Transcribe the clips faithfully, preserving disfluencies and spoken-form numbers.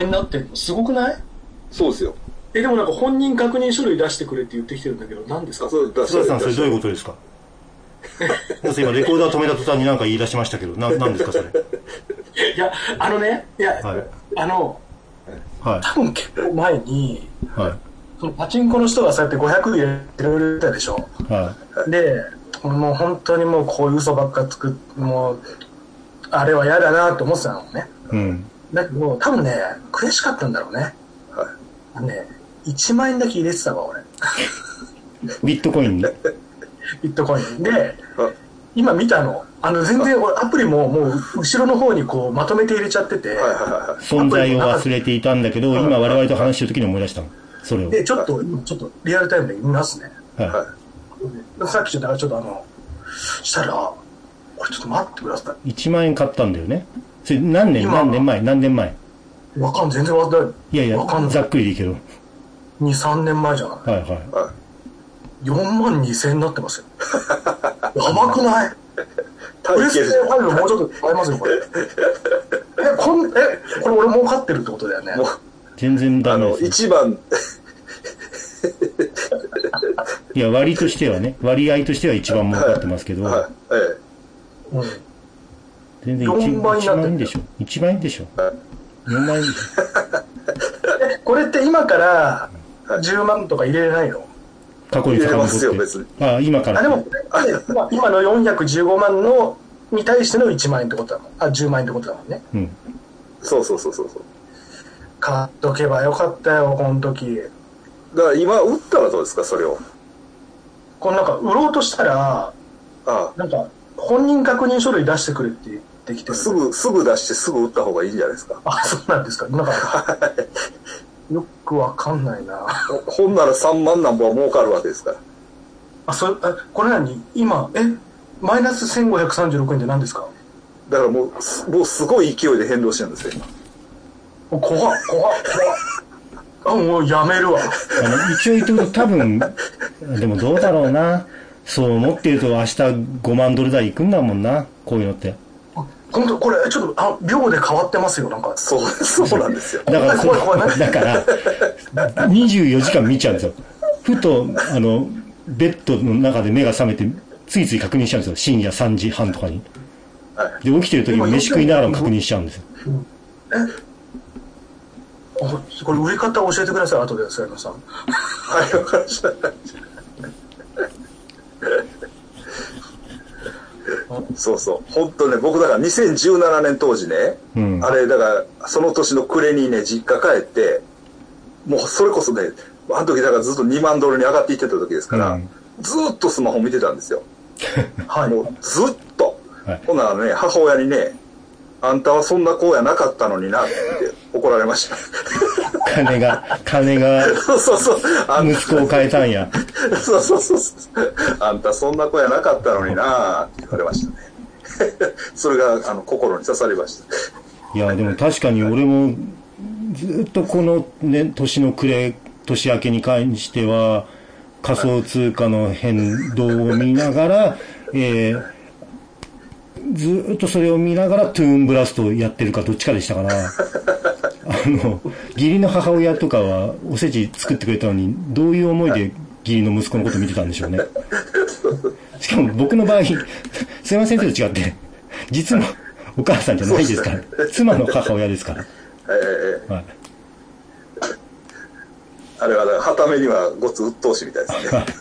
になってんのすごくない？ そうですよ。 え、でもなんか本人確認書類出してくれって言ってきてるんだけど、何ですか？ 津田さん、それどういうことですか？今レコーダー止めた途端に何か言い出しましたけど、な、何ですかそれ？ いや、あのね、いや、はい、あの、はい、多分結構前に、はい、そのパチンコの人がそうやってごひゃくえん入れてたでしょ。はい、で、もう本当にもうこういう嘘ばっかつく、もう、あれは嫌だなって思ってたのね。うん。だけど、多分ね、悔しかったんだろうね。はい。あのね、いちまんえんだけ入れてたわ、俺。 ビットコインにビットコインで、今見たの。あの、全然俺アプリももう後ろの方にこうまとめて入れちゃってて。 存在を忘れていたんだけど、今我々と話してる時に思い出したの。それを。 で、ちょっと、ちょっとリアルタイムで見ますね。はい。さっきちょっと、ちょっとあの、したら、これちょっと待ってください。 いちまんえん買ったんだよね。それ何年何年前何年前わかん、全然わかんない。 いやいや、ざっくりでいいけど。 に、さんねんまえじゃない。はいはい。よんまんにせんえんになってますよ。やばくない？プレステファイブもうちょっと買えますよ、これ。え、こん、え、これ俺儲かってるってことだよね。 全然ダメです、 ね。あの、一番。 いや、割としてはね、割合としては一番儲かってますけど。はいはい、ええ。うん。全然 いち, いちまん円でしょ。いちまん円でしょ。よんまん円でしょ。 え、これって今からじゅうまんとか入れれないの？ 過去に遡って。ああ、今から。 あ、でも、今のよんひゃくじゅうごまんの、に対してのいちまん円ってことだもん。あ、じゅうまん円ってことだもんね。うん。 そうそうそうそう。 買っとけばよかったよ、この時。 だから今、売ったらどうですか、それを。 このなんか、売ろうとしたら、ああ、なんか、本人確認書類出してくれって言ってきてる。 すぐ、すぐ出してすぐ売った方がいいんじゃないですか。 あ、そうなんですか。なんか、よくわかんないな。 ほんならさんまんなんぼは儲かるわけですから。 あ、それ、あ、これ何今、え、マイナスせんごひゃくさんじゅうろくえんって何ですか？ だからもう、もうすごい勢いで変動してるんですよ、 今。怖っ、怖っ、怖っ。あ、もうやめるわ。 あの、一応言ってくると多分、でもどうだろうな。そう思ってると明日ごまんドル台行くんだもんな、こういうのって。 本当これちょっとあ秒で変わってますよ、なんか。 そうそうなんですよ。 だから怖い怖いだからにじゅうよじかん見ちゃうんですよ。ふとあのベッドの中で目が覚めてついつい確認しちゃうんですよ。深夜さんじはんとかに。で起きてる時に飯食いながらも確認しちゃうんですよ。 え？これ売り方教えてください、後で菅野さん。はい、わかりました。 そうそう。本当ね、僕だからにせんじゅうななねん当時ね、うん、あれだからその年の暮れにね、実家帰って、もうそれこそね、あの時だからずっとにまんドルに上がっていってた時ですから、うん、ずっとスマホ見てたんですよ。はい。もうずっと。はい、ほんならね、母親にね、あんたはそんな子やなかったのになって怒られました。 金が、金が、 そうそうそう。 息子を変えたんや。 そうそうそう。あんたそんな子やなかったのになって言われましたね。それがあの心に刺さりました。 いや、でも確かに俺もずっとこのね、年の暮れ、年明けに関しては、仮想通貨の変動を見ながら、えー、ずっとそれを見ながらトゥーンブラストをやってるかどっちかでしたから、あの、義理の母親とかはおせち作ってくれたのに、どういう思いで義理の息子のこと見てたんでしょうね。しかも僕の場合、すいませんと違って、実のお母さんじゃないですから、妻の母親ですから。えーはい、 あれはだから、はためにはごつ鬱陶しいみたいですね。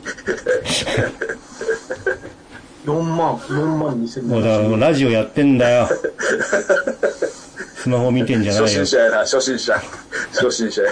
よんまん、よんまんにせんえん。 もうだからラジオやってんだよ。スマホ見てんじゃないよ。 初心者やな、初心者。初心者や。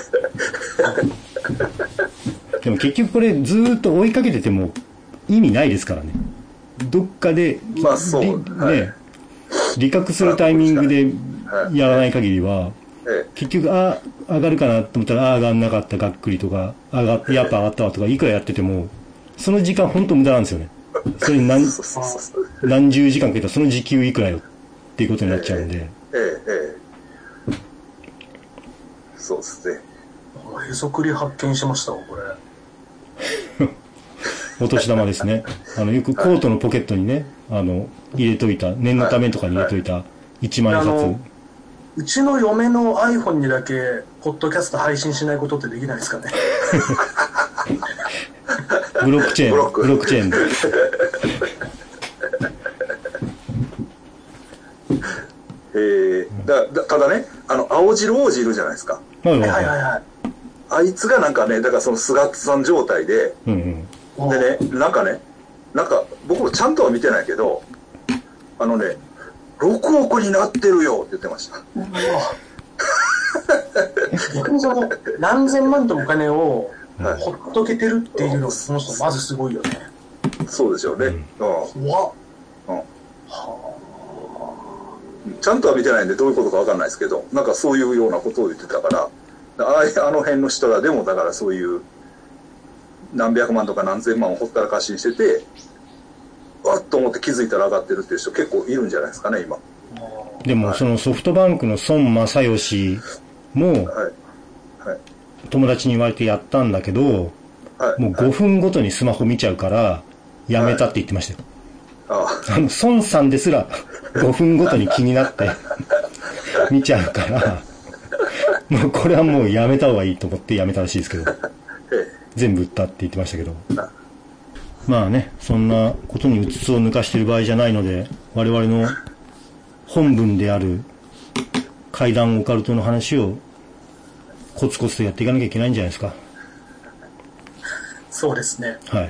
でも結局これずーっと追いかけてても意味ないですからね。どっかで、 まあそう、 はい、ね、利確するタイミングでやらない限りは、結局、あ、上がるかなと思ったら、あ、上がんなかった、がっくりとか、上がって、やっぱ上がったわとか、いくらやってても、その時間本当無駄なんですよね。それに何、何十時間かけたらその時給いくらよっていうことになっちゃうんで。ええ、ええ。そうですね。 へそくり発見しましたわ、これ。 お年玉ですね。あの、よくコートのポケットにね、あの、入れといた、念のためとかに入れといたいちまん円札。 うちの嫁の iPhone にだけポッドキャスト配信しないことってできないですかね。 ブロックチェーンブロック、ブロックチェーンでえー、だだただね、あの青汁王子いるじゃないですか。 はいはいはいはい。 あいつがなんかね、だからその菅さん状態で、うんうん、でね、なんかね、なんか僕もちゃんとは見てないけど、あのね、ろくおくになってるよって言ってました。うわ逆にその何千万とお金をほっとけてるっていうのがその人まずすごいよね。 そうですよね。うん。 怖っ。 うん。はあ。ちゃんとは見てないんでどういうことかわかんないですけど、なんかそういうようなことを言ってたから、あ, あの辺の人らでもだからそういう何百万とか何千万をほったらかしにしてて、わっと思って気づいたら上がってるっていう人結構いるんじゃないですかね今。 でもそのソフトバンクの孫正義も、はいはい、友達に言われてやったんだけど、はい、もうごふんごとにスマホ見ちゃうからやめたって言ってましたよ。はい、ああの孫さんですらごふんごとに気になって見ちゃうからもうこれはもうやめた方がいいと思ってやめたらしいですけど全部売ったって言ってましたけど、まあね、そんなことにうつつを抜かしている場合じゃないので、我々の本文である怪談オカルトの話をコツコツとやっていかなきゃいけないんじゃないですか。 そうですね。 はい。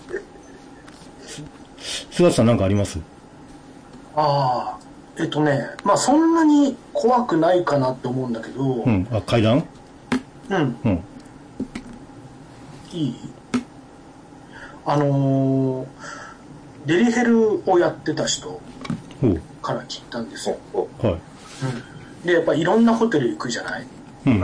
菅田さん何かあります？ ああ、えっとね、まあそんなに怖くないかなって思うんだけど。 うん、あ、怪談？ うん。うん。いい？あのー、デリヘルをやってた人から聞いたんですよ。はい。うん、で、やっぱりいろんなホテル行くじゃない？うん。うん。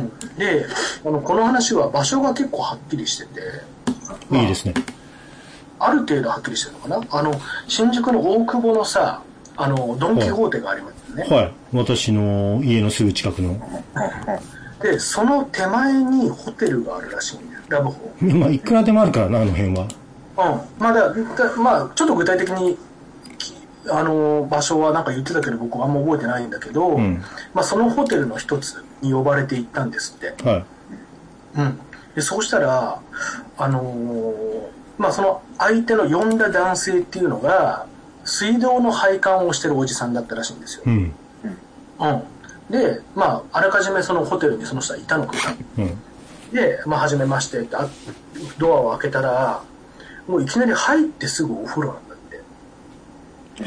で、あの、この話は場所が結構はっきりしてて。 まあ、いいですね。 ある程度はっきりしてるのかな？あの、新宿の大久保のさ、あの、ドンキホーテがありますよね。 はい。はい、私の家のすぐ近くの。 で、その手前にホテルがあるらしいんだよ。ラブホ。 まあ、いくらでもあるからな、あの辺は。 うん。まあ、だまあ、ちょっと具体的に、あの、場所はなんか言ってたけど、僕はあんま覚えてないんだけど、うん、まあ、そのホテルの一つに呼ばれて行ったんですって。はい。うん。で、そうしたら、あのー、まあ、その相手の呼んだ男性っていうのが、水道の配管をしてるおじさんだったらしいんですよ。うん。うん。で、まあ、あらかじめそのホテルにその人はいたのかな。うん。で、まあ、初めましてって、ドアを開けたら、もういきなり入ってすぐお風呂なんだって。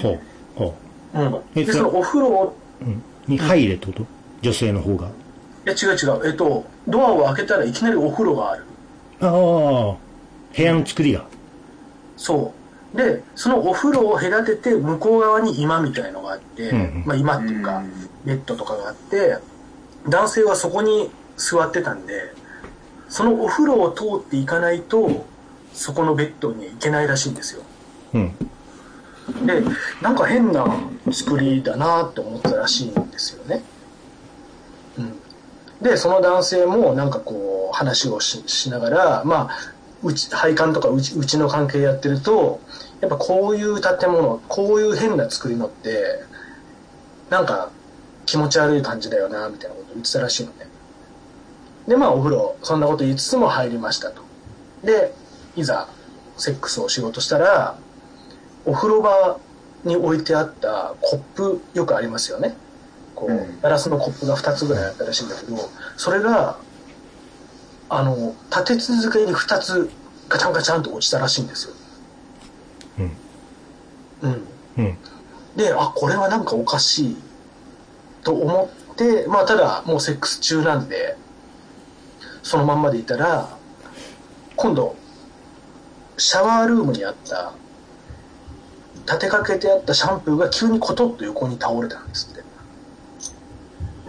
ほう。ほう。うん。で、そのお風呂を、 うん、に入れってこと？女性の方が。いや、違う違う。えっと、ドアを開けたらいきなりお風呂がある。 ああ。部屋の作りが。 そう。で、そのお風呂を隔てて向こう側に居間みたいのがあって、うんうん、まあ居間っていうか、ベッドとかがあって、男性はそこに座ってたんで、そのお風呂を通っていかないと、そこのベッドに行けないらしいんですよ。うん。で、なんか変な作りだなって思ったらしいんですよね。うん。で、その男性もなんかこう話を し, しながら、まあ、うち配管とかうち、うちの関係やってると、やっぱこういう建物、こういう変な作りのって、なんか気持ち悪い感じだよな、みたいなこと言ってたらしいのね。で、まあお風呂、そんなこと言いつつも入りましたと。で、いざセックスをしようとしたら、お風呂場に置いてあったコップ、よくありますよね。こう、ガラスのコップがふたつぐらいあったらしいんだけど、それが、あの、立て続けにふたつガチャンガチャンと落ちたらしいんですよ。うん。うん。うん。で、あ、これはなんかおかしいと思って、まあただもうセックス中なんで、そのまんまでいたら、今度、シャワールームにあった、立てかけてあったシャンプーが急にコトッと横に倒れたんですって。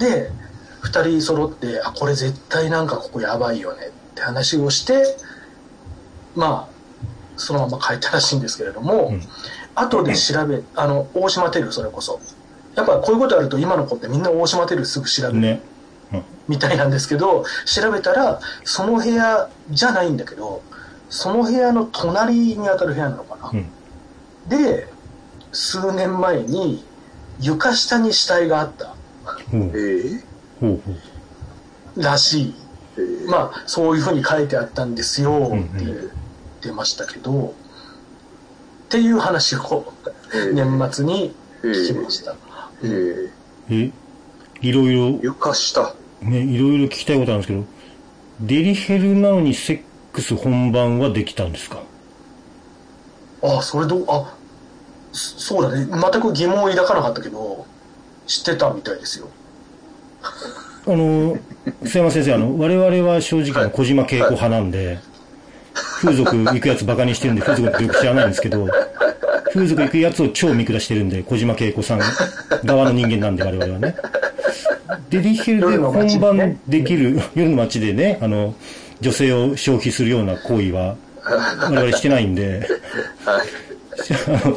で、二人揃って、あ、これ絶対なんかここやばいよねって話をして、まあ、そのまま帰ったらしいんですけれども、うん、後で調べ、あの、大島テルそれこそ。やっぱこういうことあると今の子ってみんな大島テルすぐ調べる、ねうん、みたいなんですけど、調べたら、その部屋じゃないんだけど、その部屋の隣に当たる部屋なのかな。うん、で、数年前に、 床下に死体があった。 うん、えー、 らしい。えー、まあ、そういうふうに書いてあったんですよ、って言ってましたけど、うんうん、っていう話を年末に聞きました。 えーえー、えいろいろ。 床下。 ね、いろいろ聞きたいことあるんですけど、デリヘルなのにセックス本番はできたんですか？ ああ、それどう、あ、そうだね。全く疑問を抱かなかったけど、知ってたみたいですよ。 あの、須山先生、あの、我々は正直あの小島慶子派なんで、はいはい、風俗行くやつバカにしてるんで、風俗ってよく知らないんですけど、風俗行くやつを超見下してるんで、小島慶子さん側の人間なんで、我々はね。デリヘルで本番できる、夜の街でね、あの、女性を消費するような行為は、我々してないんで、はい、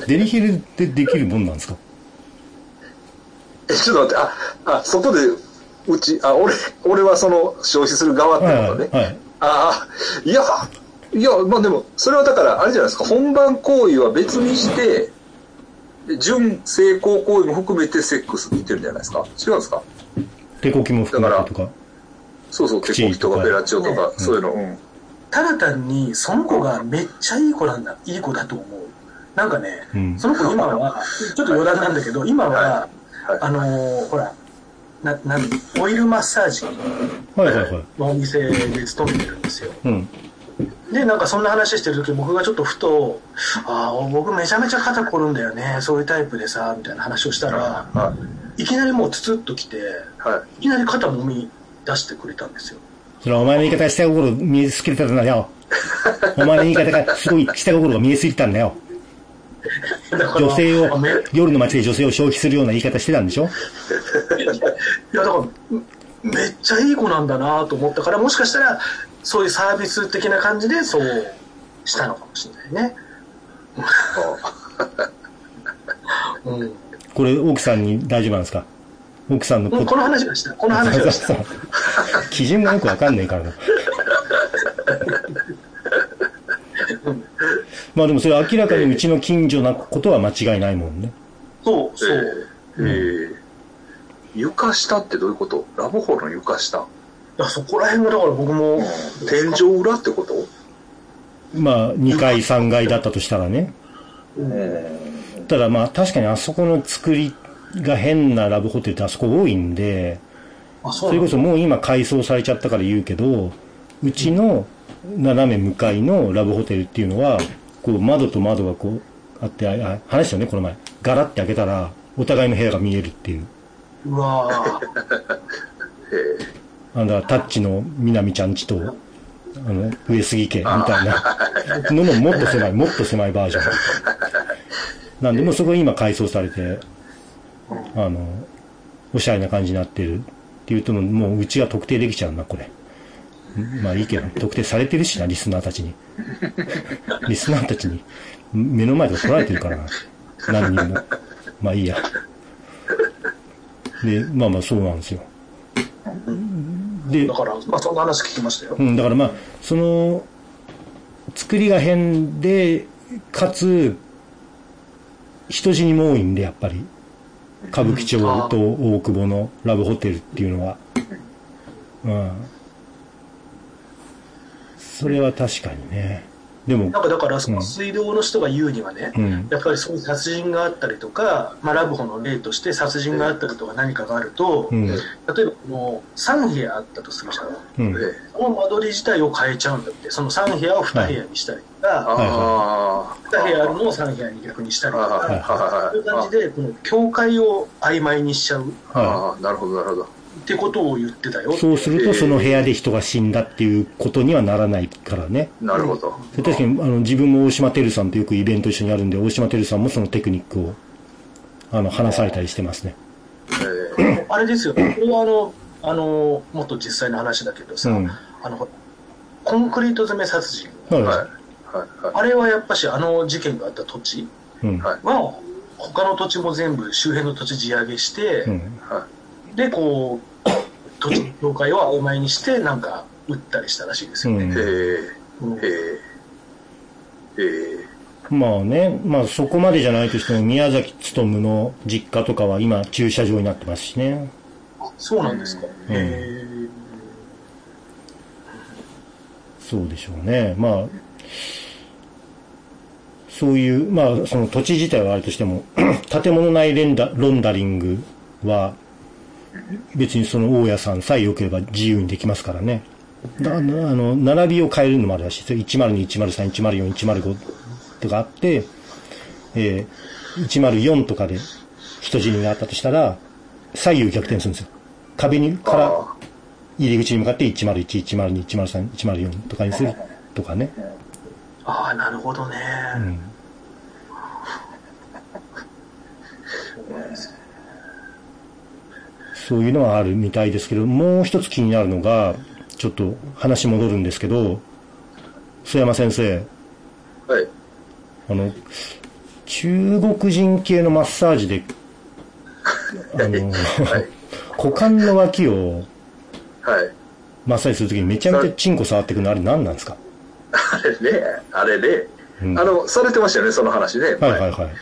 デリヘルでできるもんなんですか？ え、ちょっと待って、あ、あ、外で、うち、あ、俺、俺はその、消費する側ってことね。はいはいはい、ああ、いや、いや、まあでも、それはだから、あれじゃないですか、本番行為は別にして、準成功行為も含めてセックスって言ってるんじゃないですか？違うんですか？ 手こきも含めてとか。 そうそう、手こきとかベラチオとか、ね、そういうの、うん。 ただ単に、その子がめっちゃいい子なんだ、いい子だと思う。なんかね、うん、その子今は、ちょっと余談なんだけど、今は、はいはい、あのー、ほら、な、なん、オイルマッサージのお店で勤めてるんですよ。うんで、なんかそんな話してるとき僕がちょっとふと、ああ、僕めちゃめちゃ肩凝るんだよね、そういうタイプでさ、みたいな話をしたら、はい、いきなりもうツツッと来て、はい、いきなり肩もみ出してくれたんですよ。 それはお前の言い方が下心見えすぎてたんだよ。お前の言い方がすごい下心が見えすぎたんだよ。女性を、夜の街で女性を消費するような言い方してたんでしょ？ いや、だから、めっちゃいい子なんだなと思ったから、もしかしたら、そういうサービス的な感じでそうしたのかもしれないね。 うん、これ奥さんに大丈夫なんですか？奥さんのこ、 この話はした。この話はした。 基準がよくわかんないからな。まあでもそれ明らかにうちの近所なことは間違いないもんね。 そうそう。 えーえー、床下ってどういうこと？ラブホの床下？ いや、そこら辺がだから僕も、うん、 天井裏ってこと？ まあにかいさんがいだったとしたらね、うん、ただまあ確かにあそこの作りが変なラブホテルってあそこ多いんで、あ、そうなんだ。それこそもう今改装されちゃったから言うけど、うちの斜め向かいのラブホテルっていうのはこう窓と窓がこうあって、あ、話したよねこの前、ガラッて開けたらお互いの部屋が見えるっていう。 うわあのタッチのみなみちゃんちとあの上杉家みたいなののもっと狭いもっと狭いバージョンなんで、もうそこが今改装されてあのおしゃれな感じになってるっていうと、もううちが特定できちゃうなこれ。まあいいけど特定されてるしな、リスナーたちにリスナーたちに目の前で取られてるからな、何人も。まあいいや。でまあまあそうなんですよ。 でだから、まあ、そんな話聞きましたよ。 うん、だからまあその作りが変でかつ人死にも多いんで、やっぱり歌舞伎町と大久保のラブホテルっていうのは、うん、それは確かにね。でもなんかだからその水道の人が言うにはね、うん、やっぱりそういう殺人があったりとか、まあ、ラブホの例として殺人があったりとか何かがあると、うん、例えばこのさん部屋あったとするじゃん、うん、その間取り自体を変えちゃうんだって。そのさん部屋をに部屋にしたりとか、はい、に部屋あるのをさん部屋に逆にしたりとか、そういう感じでこの境界を曖昧にしちゃう。 ああ、なるほどなるほどってことを言ってたよ。 そうするとその部屋で人が死んだっていうことにはならないからね。 なるほど。 確かにあの自分も大島てるさんとよくイベント一緒にやるんで、大島てるさんもそのテクニックをあの話されたりしてますね。 えー、あれですよ、これはあのあのもっと実際の話だけどさ、うん、あのコンクリート詰め殺人、はいはいはい、あれはやっぱしあの事件があった土地は、うん、他の土地も全部周辺の土地地上げして、うんはい、でこう土地の境界を曖昧にしてなんか撃ったりしたらしいですよね。うん、へえ、うん、へえ、へえ。 まあね、まあそこまでじゃないとしても、宮崎勉の実家とかは今駐車場になってますしね。 そうなんですか。 うん、へそうでしょうね。まあ、そういう、まあその土地自体はあるとしても、建物内レンダロンダリングは、別にその大家さんさえ良ければ自由にできますからね。だあの、並びを変えるのもあるらしいですよ。いちまるに、いちまるさん、いちまるよん、いちまるごとかあって、えー、いちまるよんとかで人死にがあったとしたら、左右逆転するんですよ。壁にから入り口に向かっていちまるいち、いちまるに、いちまるさん、いちまるよんとかにするとかね。 ああ、なるほどね。うん。 そういうのはあるみたいですけど、もう一つ気になるのが、ちょっと話戻るんですけど、須山先生。 はい。 あの、中国人系のマッサージで、あの、はい、股間の脇を、はい。マッサージするときにめちゃめちゃチンコ触ってくるの、あれ何なんですか？ あれね、あれね、うん、あの、されてましたよね、その話ね。 はいはいはい。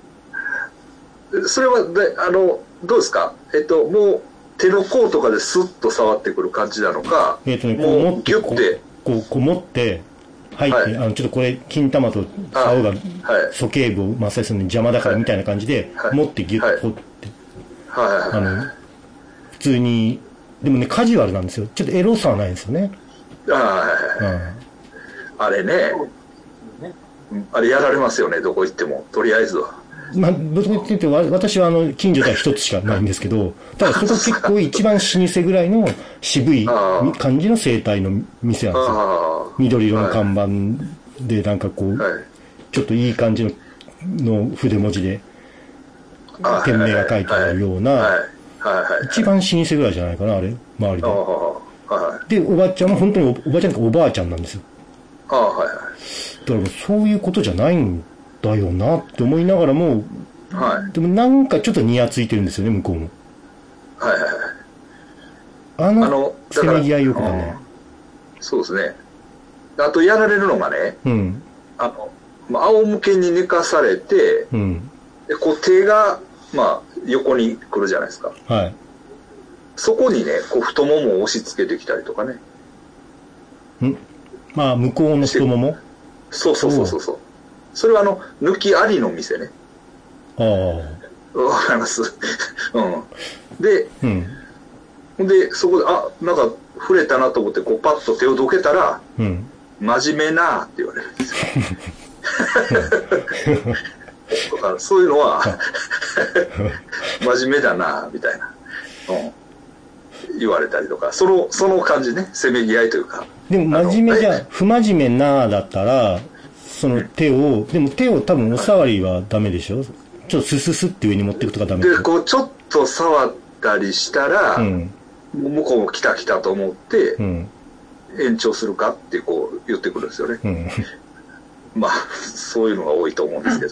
それはで、あの、どうですか？えっと、もう手の甲とかでスッと触ってくる感じなのか、 えっとね、こう持って、こう、こう、こう持って、入って、はい、あの、ちょっとこれ、金玉と竿が、鼠径部をマッサージするのに邪魔だからみたいな感じで、はい、持ってギュッと掘って、はいはい、あの、普通に、でもね、カジュアルなんですよ。ちょっとエロさはないんですよね。ああ、はいはい、あれね、あれやられますよね、どこ行っても、とりあえずは。 まあ、どこ行っても私はあの近所では一つしかないんですけど、ただそこ結構一番老舗ぐらいの渋い感じの生態の店なんですよ。緑色の看板でなんかこう、はい、ちょっといい感じのの筆文字で店名が書いてあるような、一番老舗ぐらいじゃないかな、あれ、周りで。で、おばちゃんも本当に お, おばちゃんとかおばあちゃんなんですよ。だからそういうことじゃないんだよなって思いながらも、はい、でもなんかちょっとニヤついてるんですよね、向こうも。 はいはいはい。 あの、あのせめぎ合いよくだね。 そうですね。あとやられるのがね、うん、あの、まあ、仰向けに寝かされて、うん、でこう手が、まあ、横に来るじゃないですか。はい。そこにね、こう太ももを押し付けてきたりとかね。 んまあ、向こうの太もも？ そうそうそうそうそう。それはあの、抜きありの店ね。ああ。わかります。うん。で、うん。で、そこで、あ、なんか、触れたなと思って、こう、パッと手をどけたら、うん。真面目なって言われるんですよ。だからそういうのは、真面目だな、みたいな。うん。言われたりとか、その、その感じね、せめぎ合いというか。 でも、真面目じゃ、不真面目な、だったら、その手を、でも手を多分お触りはダメでしょ？ちょっとスススって上に持っていくとかダメでしょ？で、こうちょっと触ったりしたら、うん、向こうも来た来たと思って、うん、延長するかってこう言ってくるんですよね。うん、まあ、そういうのが多いと思うんですけど。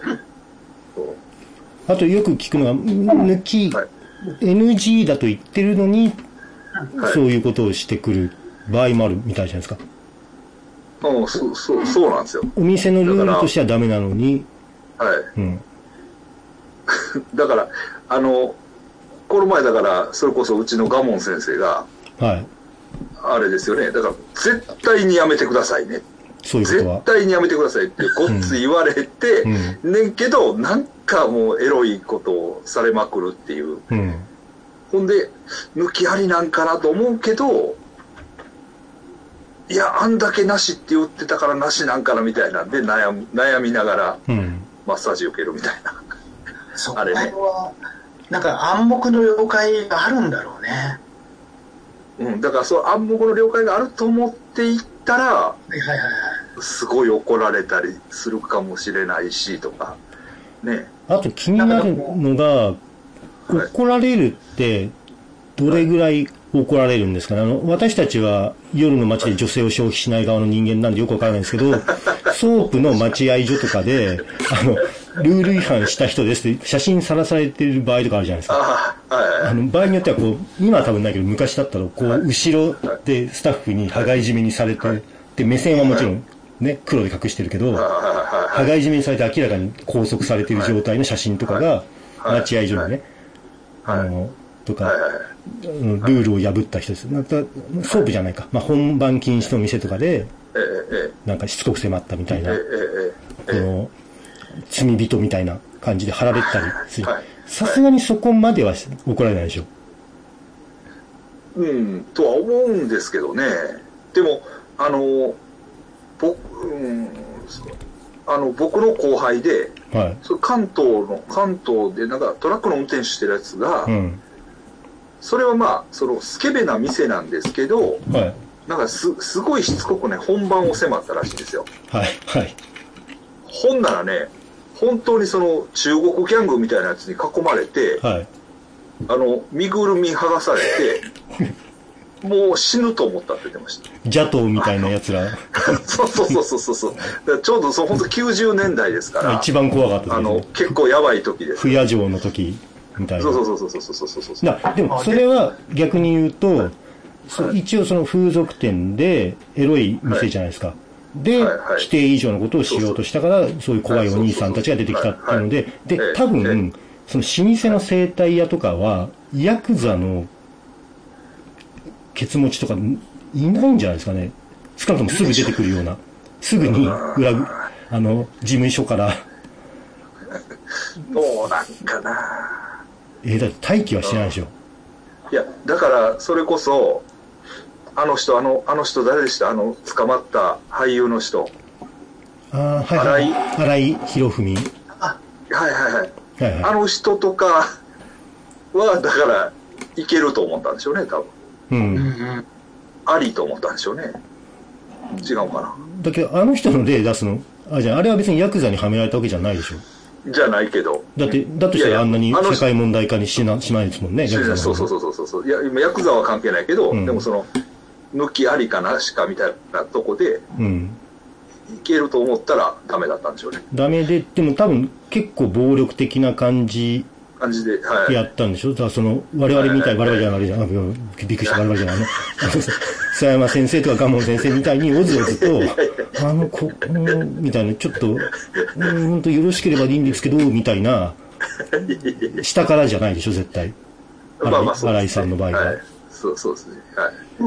あとよく聞くのが、抜き、はい、エヌジー だと言ってるのに、はい、そういうことをしてくる場合もあるみたいじゃないですか。 ああ、そう、そう、そうなんですよ。 お店のルールとしてはダメなのに。 はい。うん。だから、あの、この前だから、それこそうちのガモン先生が、はい。あれですよね。だから、絶対にやめてくださいね。 そういうことは。 絶対にやめてくださいってごっつ言われて、うん、ねんけど、なんかもうエロいことをされまくるっていう。うん。ほんで、抜きありなんかなと思うけど、いや、あんだけなしって言ってたからなしなんかなみたいなんで悩み、悩みながらマッサージ受けるみたいな。 うん、あれね。なんか暗黙の了解があるんだろうね。 うん、だからそう暗黙の了解があると思っていったら、はいはいはい、すごい怒られたりするかもしれないしとか、ね。 あと気になるのが、怒られるってどれぐらい怒られるんですかね。あの、私たちは夜の街で女性を消費しない側の人間なんでよくわからないんですけど、ソープの待合所とかで、あの、ルール違反した人ですって写真さらされてる場合とかあるじゃないですか。あの、場合によってはこう、今は多分ないけど昔だったらこう、後ろでスタッフに羽交い締めにされて、で、目線はもちろんね、黒で隠してるけど、羽交い締めにされて明らかに拘束されている状態の写真とかが、待合所にね、あの、とか、ルールを破った人です。また、ソープじゃないか。まあ、本番禁止の店とかで、なんかしつこく迫ったみたいな、この、罪人みたいな感じで貼られたりする。さすがにそこまでは怒られないでしょ。 うん、とは思うんですけどね。でも、あの、僕、うん、あの僕の後輩で、はい、そ関東の、関東でなんかトラックの運転手してるやつが、うん、それはまあ、そのスケベな店なんですけど、はい、なんかす、すごいしつこくね、本番を迫ったらしいんですよ。はい、はい。ほんならね、本当にその中国ギャングみたいなやつに囲まれて、はい、あの、身ぐるみ剥がされて、もう死ぬと思ったって言ってました。 邪道みたいな奴ら。 そうそうそうそうそう。ちょうどそう、本当きゅうじゅうねんだいですから。 一番怖かったです、ね。 あの、結構やばい時です。 不夜城の時みたいな。 そうそうそうそうそうそうそうだでも、それは逆に言うと、はい、そう一応その風俗店でエロい店じゃないですか。はい、で、はいはい、規定以上のことをしようとしたから、そういう怖いお兄さんたちが出てきたっていうので、で、多分、その老舗の整体屋とかは、ヤクザのケツ持ちとかいないんじゃないですかね。少なくともすぐ出てくるような。すぐに裏、あの、事務所から。 どうなんかな。 えー、だって待機はしてないでしょ。 いや、だから、それこそ、あの人、あの、あの人誰でした？あの、捕まった俳優の人。 ああ、はい、はい。荒井博文。 あ、はいはいはい。はいはい、あの人とかは、だから、いけると思ったんでしょうね、多分。うん。ありと思ったんでしょうね。違うかな。 だけど、あの人の例出すの、あ、じゃあ、あれは別にヤクザにはめられたわけじゃないでしょ。 じゃないけど。 だって、だとしたらあんなに社会問題化にしな、しないですもんね、ヤクザの。 そうそうそうそうそう。いや、ヤクザは関係ないけど、うん、でもその、抜きありかなしかみたいなとこで、うん。いけると思ったらダメだったんでしょうね。 ダメで、でも多分結構暴力的な感じ、 感じで、はい。 やったんでしょ。だからその、我々みたい、我々じゃない、じゃない、びっくりした、我々じゃないね。佐山先生とか蒲門先生みたいにおずおずと、あの、こ、みたいな、ちょっと、うん、ほんとよろしければいいんですけど、みたいな、下からじゃないでしょ、絶対。 まあまあ、そう。 新井さんの場合は。 はい、そう、そうですね。はい。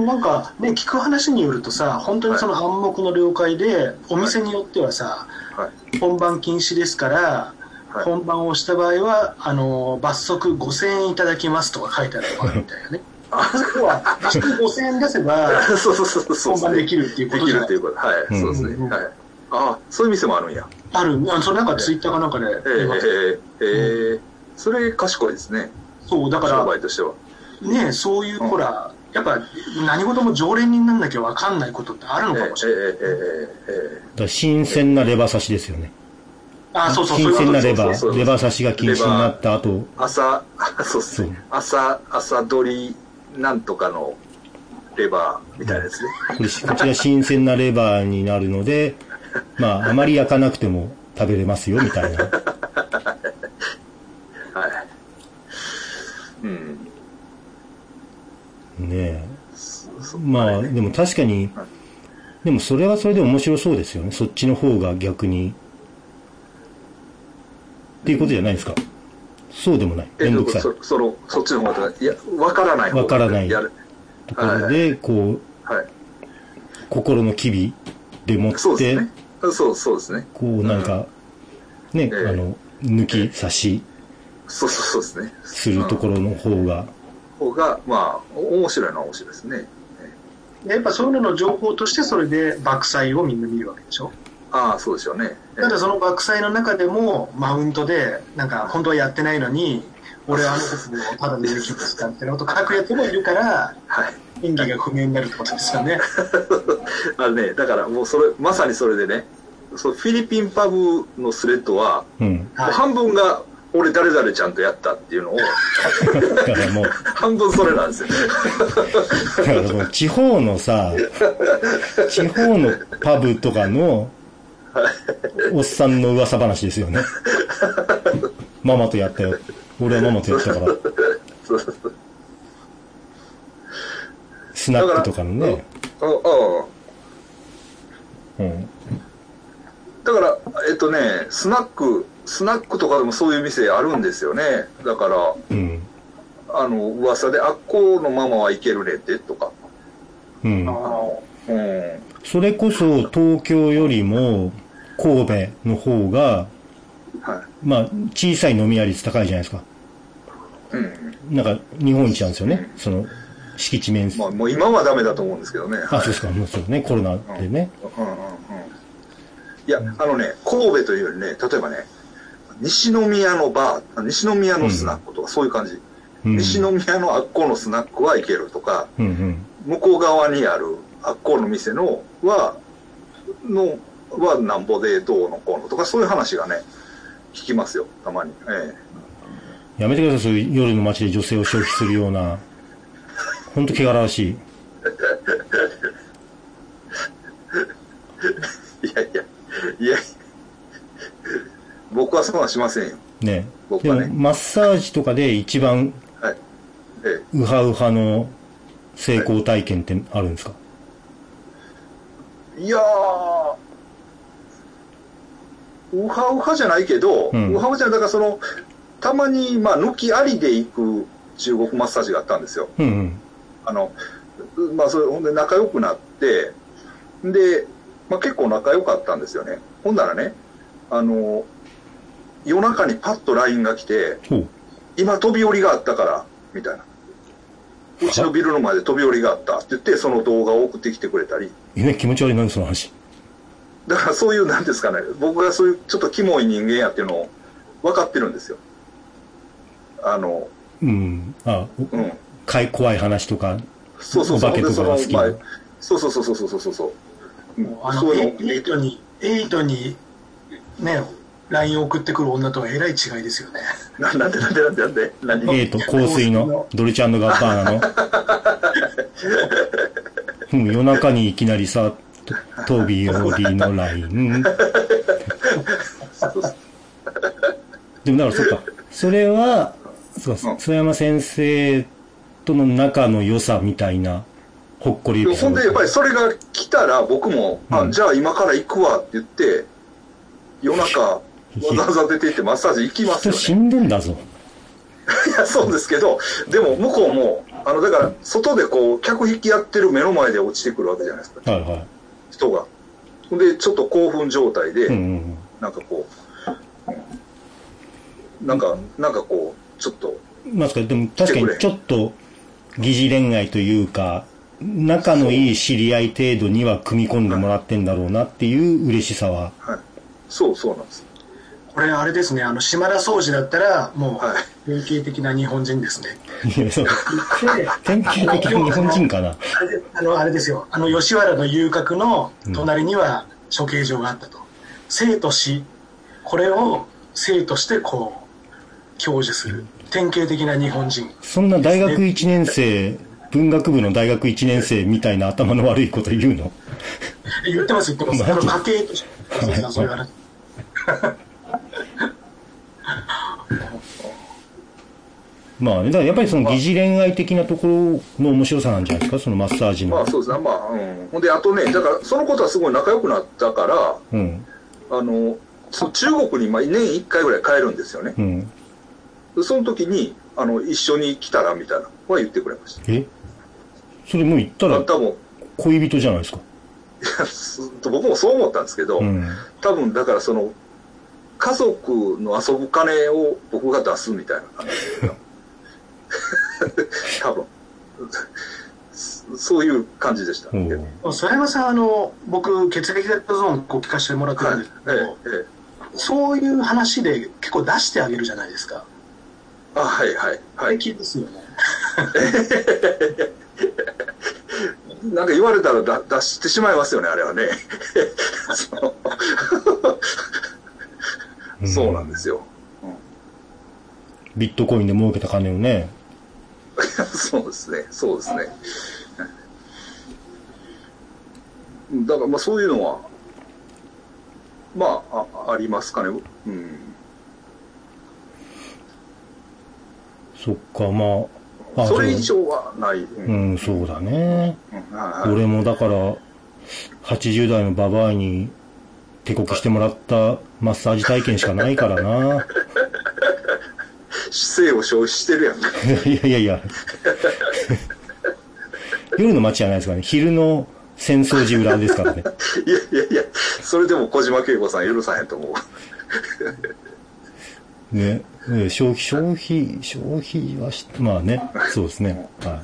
なんかね、聞く話によるとさ、本当にその暗黙の了解で、お店によってはさ、はい、本番禁止ですから、はい、本番をした場合は、あの、罰則ごせんえんいただきますとか書いてあるのがあるみたいなね。あそこは、罰則ごせんえん出せば、そうそうそうそう、本番できるっていうことじゃないですか。 できるっていうこと。はい、うん、そうですね。うん、はい。ああ、そういう店もあるんや。 ある。それなんかツイッターかなんかで。えー、えー、えー、それ賢いですね。 そう、だから、 商売としては。 ね、そういう、うん、ほら、やっぱ何事も常連になんなきゃ分かんないことってあるのかもしれない。えー、えー、 えー、だ新鮮なレバ刺しですよね。 あ、そうそう、 新鮮なレバー、レバー刺しが禁止になった後。 朝、そうっすね。朝、朝取りなんとかのレバーみたいなですね。 これ、こちら新鮮なレバーになるので、まあ、あまり焼かなくても食べれますよ、みたいな。はい。うん。ねえ。まあ、でも確かに、でもそれはそれで面白そうですよね。そっちの方が逆に。っていうことじゃないですか。そうでもない。 めんどくさい。そ、その、そっちの方が、いや、わからない方が。 わからないところで、こう、はい、心の機微でもって、 そうですね。そう、そうですね。 こう、なんか、うん、ね、えー、あの、抜き差し、 そうそうそうですね。 するところの方が。 方が、まあ、面白いのは面白いですね。 やっぱそういうのの情報として、それで爆災をみんな見るわけでしょ。 ああ、そうでしょうね。 ただその爆災の中でもマウントでなんか本当はやってないのに俺はあのことをただで言う気がしたってことを書くやつもいるから、はい、演技が不明になるってことですよね。 あのね、だからもうそれまさにそれでね、そのフィリピンパブのスレッドは、うん、半分が俺誰々ちゃんとやったっていうのをだからもう半分それなんですよ。 だからもう地方のさ、地方のパブとかのおっさんの噂話ですよね。ママとやったよ。俺はママとやったから。スナックとかのね。 うん。 だから、えっとね、スナック、スナックとかでもそういう店あるんですよね。だから、うん、あの、噂で、あっこのママはいけるねってとか。 うん。あの、うん。それこそ東京よりも神戸の方が、はい、まあ、小さい飲み屋率高いじゃないですか。うん。なんか、日本一なんですよね。うん、その、敷地面積。 まあ、もう今はダメだと思うんですけどね。 あ、そうですか。もうそうね。コロナでね。うん、うん、うん。 いや、あのね、神戸というよりね、例えばね、西宮のバー、西宮のスナックとか、うん、そういう感じ。うん、西宮のあっこのスナックは行けるとか、うんうん、向こう側にあるあっこの店のは、の、はなんぼでどうのこうのとか、そういう話がね、聞きますよ、たまに。ええ、やめてください、そういう夜の街で女性を消費するような、ほんと汚らしい。 いやいや、いや、僕はそうはしませんよ。 ね。僕はね。でもマッサージとかで一番、はい、ええ、ウハウハの成功体験ってあるんですか？はい、 いやー、ウハウハじゃないけど、うん、ウハウハじゃない、だからその、たまに、まあ、抜きありで行く中国マッサージがあったんですよ。うんうん、あの、まあ、それ、ほんで仲良くなって、で、まあ、結構仲良かったんですよね。ほんならね、あの、夜中にパッと ライン が来て、今飛び降りがあったから、みたいな。うちのビルの前で飛び降りがあったって言って、その動画を送ってきてくれたり。 えね、気持ち悪い、なんでその話。 だからそういう、なんですかね、僕がそういうちょっとキモい人間やっていうのを分かってるんですよ。あの、 うん、あ、うん。かい怖い話とか、 そうそうそう。 お化けとかが好きな。 そうそうそうそうそうそうそう。 あの、エイトに、エイトに、ね、ライン 送ってくる女とはえらい違いですよね。 な、なんでなんでなんでなんで何エイト、香水の、ドルチャンガッバーナの。うん、夜中にいきなりさ、飛び降りのライン。でもだからそっか。それは、そうか、曽山先生との仲の良さみたいな、ほっこりエピソード。 ほんで、やっぱりそれが来たら僕も、うん、あ、じゃあ今から行くわって言って、夜中、わざわざ出て行ってマッサージ行きますよね。 人死んでんだぞ。 いや、そうですけど、でも向こうも、あの、だから、外でこう、客引きやってる目の前で落ちてくるわけじゃないですか。はいはい。人が。で、ちょっと興奮状態で、うんうん、なんかこう、なんか、なんかこう、ちょっと。 まあ、でも確かにちょっと疑似恋愛というか、仲のいい知り合い程度には組み込んでもらってんだろうなっていう嬉しさは。 はい。そう、そうなんです。 これあれですね、あの、島田総司だったら、もう、典型的な日本人ですね。 いや、そう。典型的な日本人かな。 あの、あれですよ、あの、吉原の遊郭の隣には処刑場があったと。うん、生と死、これを生としてこう、享受する。典型的な日本人、ね。 そんな大学いちねん生、文学部の大学いちねん生みたいな頭の悪いこと言うの？ 言ってます、言ってます。あの、家系として、そういう話。 まあね、だからやっぱりその疑似恋愛的なところの面白さなんじゃないですか、そのマッサージの。 まあそうですね、まあ、うん。ほんで、あとね、だからそのことはすごい仲良くなったから、うん、あの、そ中国にまあ年いっかいぐらい帰るんですよね。うん、その時に、あの、一緒に来たらみたいなは言ってくれました。 えそれもう言ったら、多分恋人じゃないですか。 いや、僕もそう思ったんですけど、うん、多分だからその、家族の遊ぶ金を僕が出すみたいな感じですよ。多分。そういう感じでした。 曽山さん、あの、僕、血液型ゾーンこう聞かせてもらってるんですけど、はいええ、そういう話で結構出してあげるじゃないですか。 あ、はいはい。はい。 素敵ですよね。 なんか言われたらだ出してしまいますよね、あれはね。そうそうなんですよ、うん。 ビットコインで儲けた金をね。 そうですね、そうですね。だからまあそういうのは、まあ、あ、ありますかね。うん。 そっか、まあ。 あそれ以上はない。 うん、うん、そうだね。うんはいはい、俺もだから、はちじゅう代のババアに手こきしてもらったマッサージ体験しかないからな。 姿勢を消費してるやん。 いやいやいや。夜の街じゃないですかね。昼の浅草寺裏ですからね。 いやいやいや、それでも小島恵子さん許さへんと思う。ね、消費、消費、消費はし、まあね、そうですね。はい。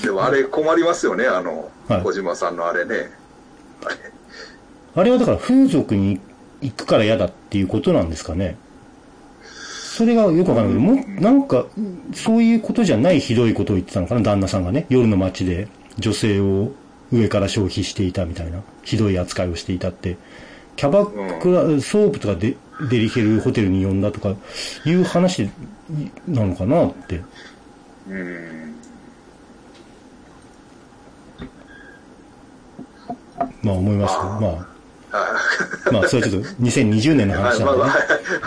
でもあれ困りますよね、あの、はい、小島さんのあれね。 あれ。あれはだから風俗に行くから嫌だっていうことなんですかね。それがよくわからないけど、もう、なんか、そういうことじゃないひどいことを言ってたのかな、旦那さんがね。夜の街で女性を上から消費していたみたいな、ひどい扱いをしていたって。キャバクラ、ソープとかでデリヘルホテルに呼んだとかいう話なのかなって。うん。まあ思いますけど、まあ。まあそれはちょっとにせんにじゅうねんの話なんでね。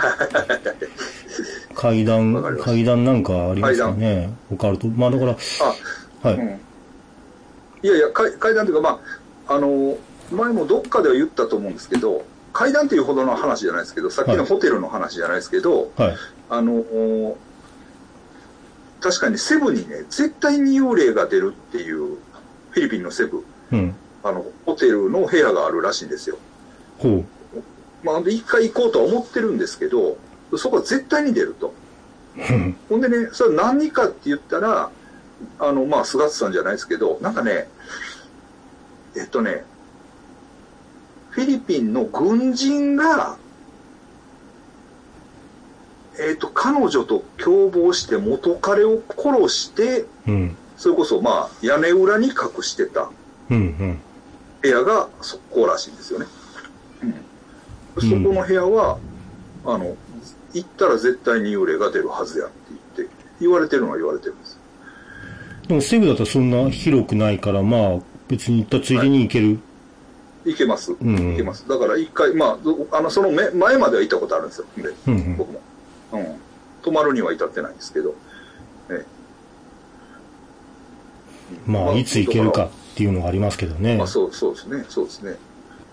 階段、階段なんかありますかね。オカルト。まあだから、あ、はい、うん。 いやいや、階段というか、まあ、あの、前もどっかでは言ったと思うんですけど、階段っていうほどの話じゃないですけど、さっきのホテルの話じゃないですけど、はい、あの、確かにセブにね、絶対に幽霊が出るっていう、フィリピンのセブ、うん、あの、ホテルの部屋があるらしいんですよ。ほう。まあ、一回行こうとは思ってるんですけど、そこは絶対に出ると。ほんでね、それは何かって言ったら、あの、まあ、菅津さんじゃないですけど、なんかね、えっとね、フィリピンの軍人が、えっと、彼女と共謀して元彼を殺して、うん、それこそまあ、屋根裏に隠してた部屋がそこらしいんですよね。うん、そこの部屋は、あの、行ったら絶対に幽霊が出るはずやって言って、言われてるのは言われてるんです。 でもセブだとそんな広くないから、まあ、別に行ったついでに行ける。はい、 行けます。うん、行けます。だから一回、まあ、あの、その前までは行ったことあるんですよ。で、うんうん、僕も。うん。泊まるには至ってないんですけど。ね、 まあ、まあ、いつ行けるかっていうのがありますけどね。 まあ、そう、そうですね。そうですね。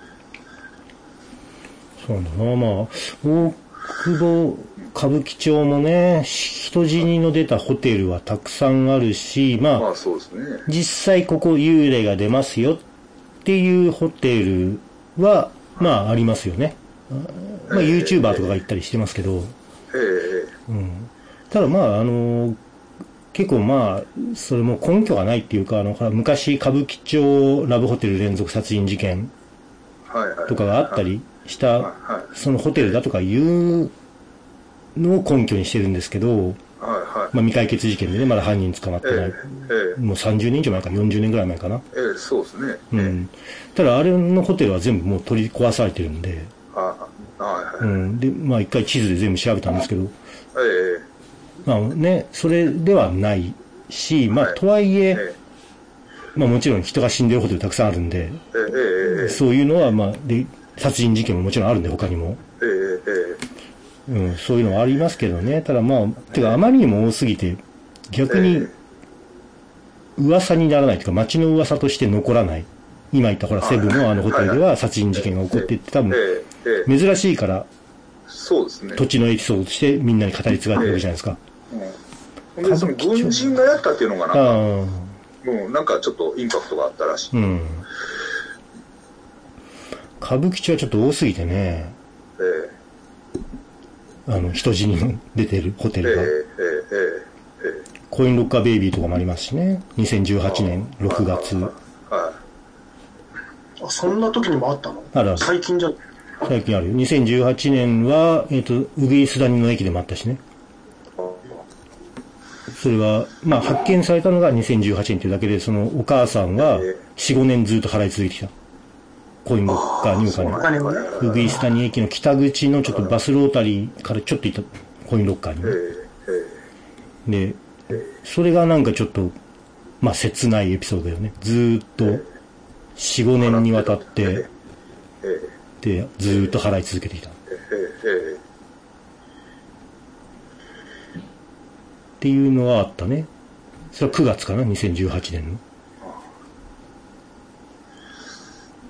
そうだな、まあ、大久保、歌舞伎町もね、人死にの出たホテルはたくさんあるし、まあ、 まあそうですね、 実際ここ幽霊が出ますよっていうホテルは、まあありますよね。まあ YouTuber とかが行ったりしてますけど、えーうん、ただまああの、結構まあ、それも根拠がないっていうか、あの、昔歌舞伎町ラブホテル連続殺人事件とかがあったりした、そのホテルだとかいうのを根拠にしてるんですけど、はいはい、まあ未解決事件でね、まだ犯人捕まってない。えーえー、もうさんじゅうねん以上前か、よんじゅうねんぐらい前かな。 えー、そうですね。 うん。ただあれのホテルは全部もう取り壊されてるんで、あはい、うん。で、まあ一回地図で全部調べたんですけど、えー、まあね、それではないし、まあとはいえ、えー、まあもちろん人が死んでるホテルたくさんあるんで、えー、そういうのはまあ、で、殺人事件ももちろんあるんで、他にも。えーえーうん、そういうのはありますけどね。ただまあ、てかあまりにも多すぎて、逆に噂にならないというか、街の噂として残らない。今言ったほら、セブンのあのホテルでは殺人事件が起こっていって多分、珍しいから、 そうですね。 土地のエピソードとしてみんなに語り継がれてるわけじゃないですか。 うん。で、その軍人がやったっていうのがなんか、もうなんかちょっとインパクトがあったらしい。うん。 歌舞伎町はちょっと多すぎてね。ええあの、人死にの出てるホテルが。えーえーえー、コインロッカーベイビーとかもありますしね。にせんじゅうはちねんろくがつ。 あ、そんな時にもあったの？あるある。最近じゃ、 最近あるよ。にせんじゅうはちねんは、えっと、ウグイス谷の駅でもあったしね。それは、まあ、発見されたのがにせんじゅうはちねんというだけで、そのお母さんがよん、ごねんずっと払い続けてきた。コインロッカーにお金。ウグイス谷駅の北口のちょっとバスロータリーからちょっと行ったコインロッカーに、ね。で、それがなんかちょっと、まあ切ないエピソードだよね。ずーっとよん、ごねんにわたって、で、ずーっと払い続けてきた。っていうのはあったね。それはくがつかな、にせんじゅうはちねんの。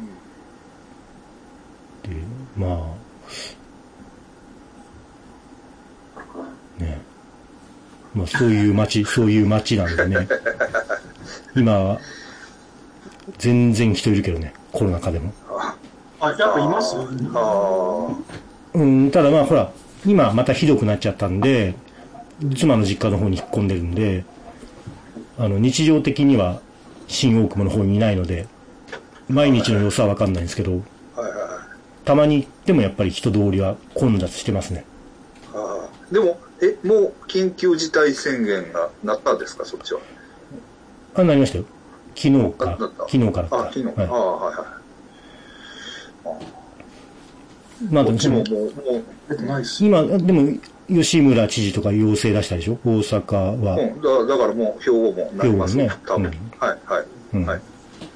そういう街、そういう街なんでね。今、全然人いるけどね、コロナ禍でも。 あ、やっぱいますあうん、ただまあほら、今またひどくなっちゃったんで、妻の実家の方に引っ込んでるんで、あの、日常的には新大久保の方にいないので、毎日の様子はわかんないんですけど、はいはい、たまに行ってもやっぱり人通りは混雑してますね。 ああ、でも、え、もう緊急事態宣言がなったんですか、そっちは。 あ、なりましたよ。昨日か。昨日からか。 あ、昨日。はい、ああ、はいはい。 まあ、こっちももう、もう、 出てないです。 今、でも、吉村知事とか要請出したでしょ、大阪は。 うん、だ, だからもう、兵庫もなりますね、多分。うん、はい、はい、うん、はい。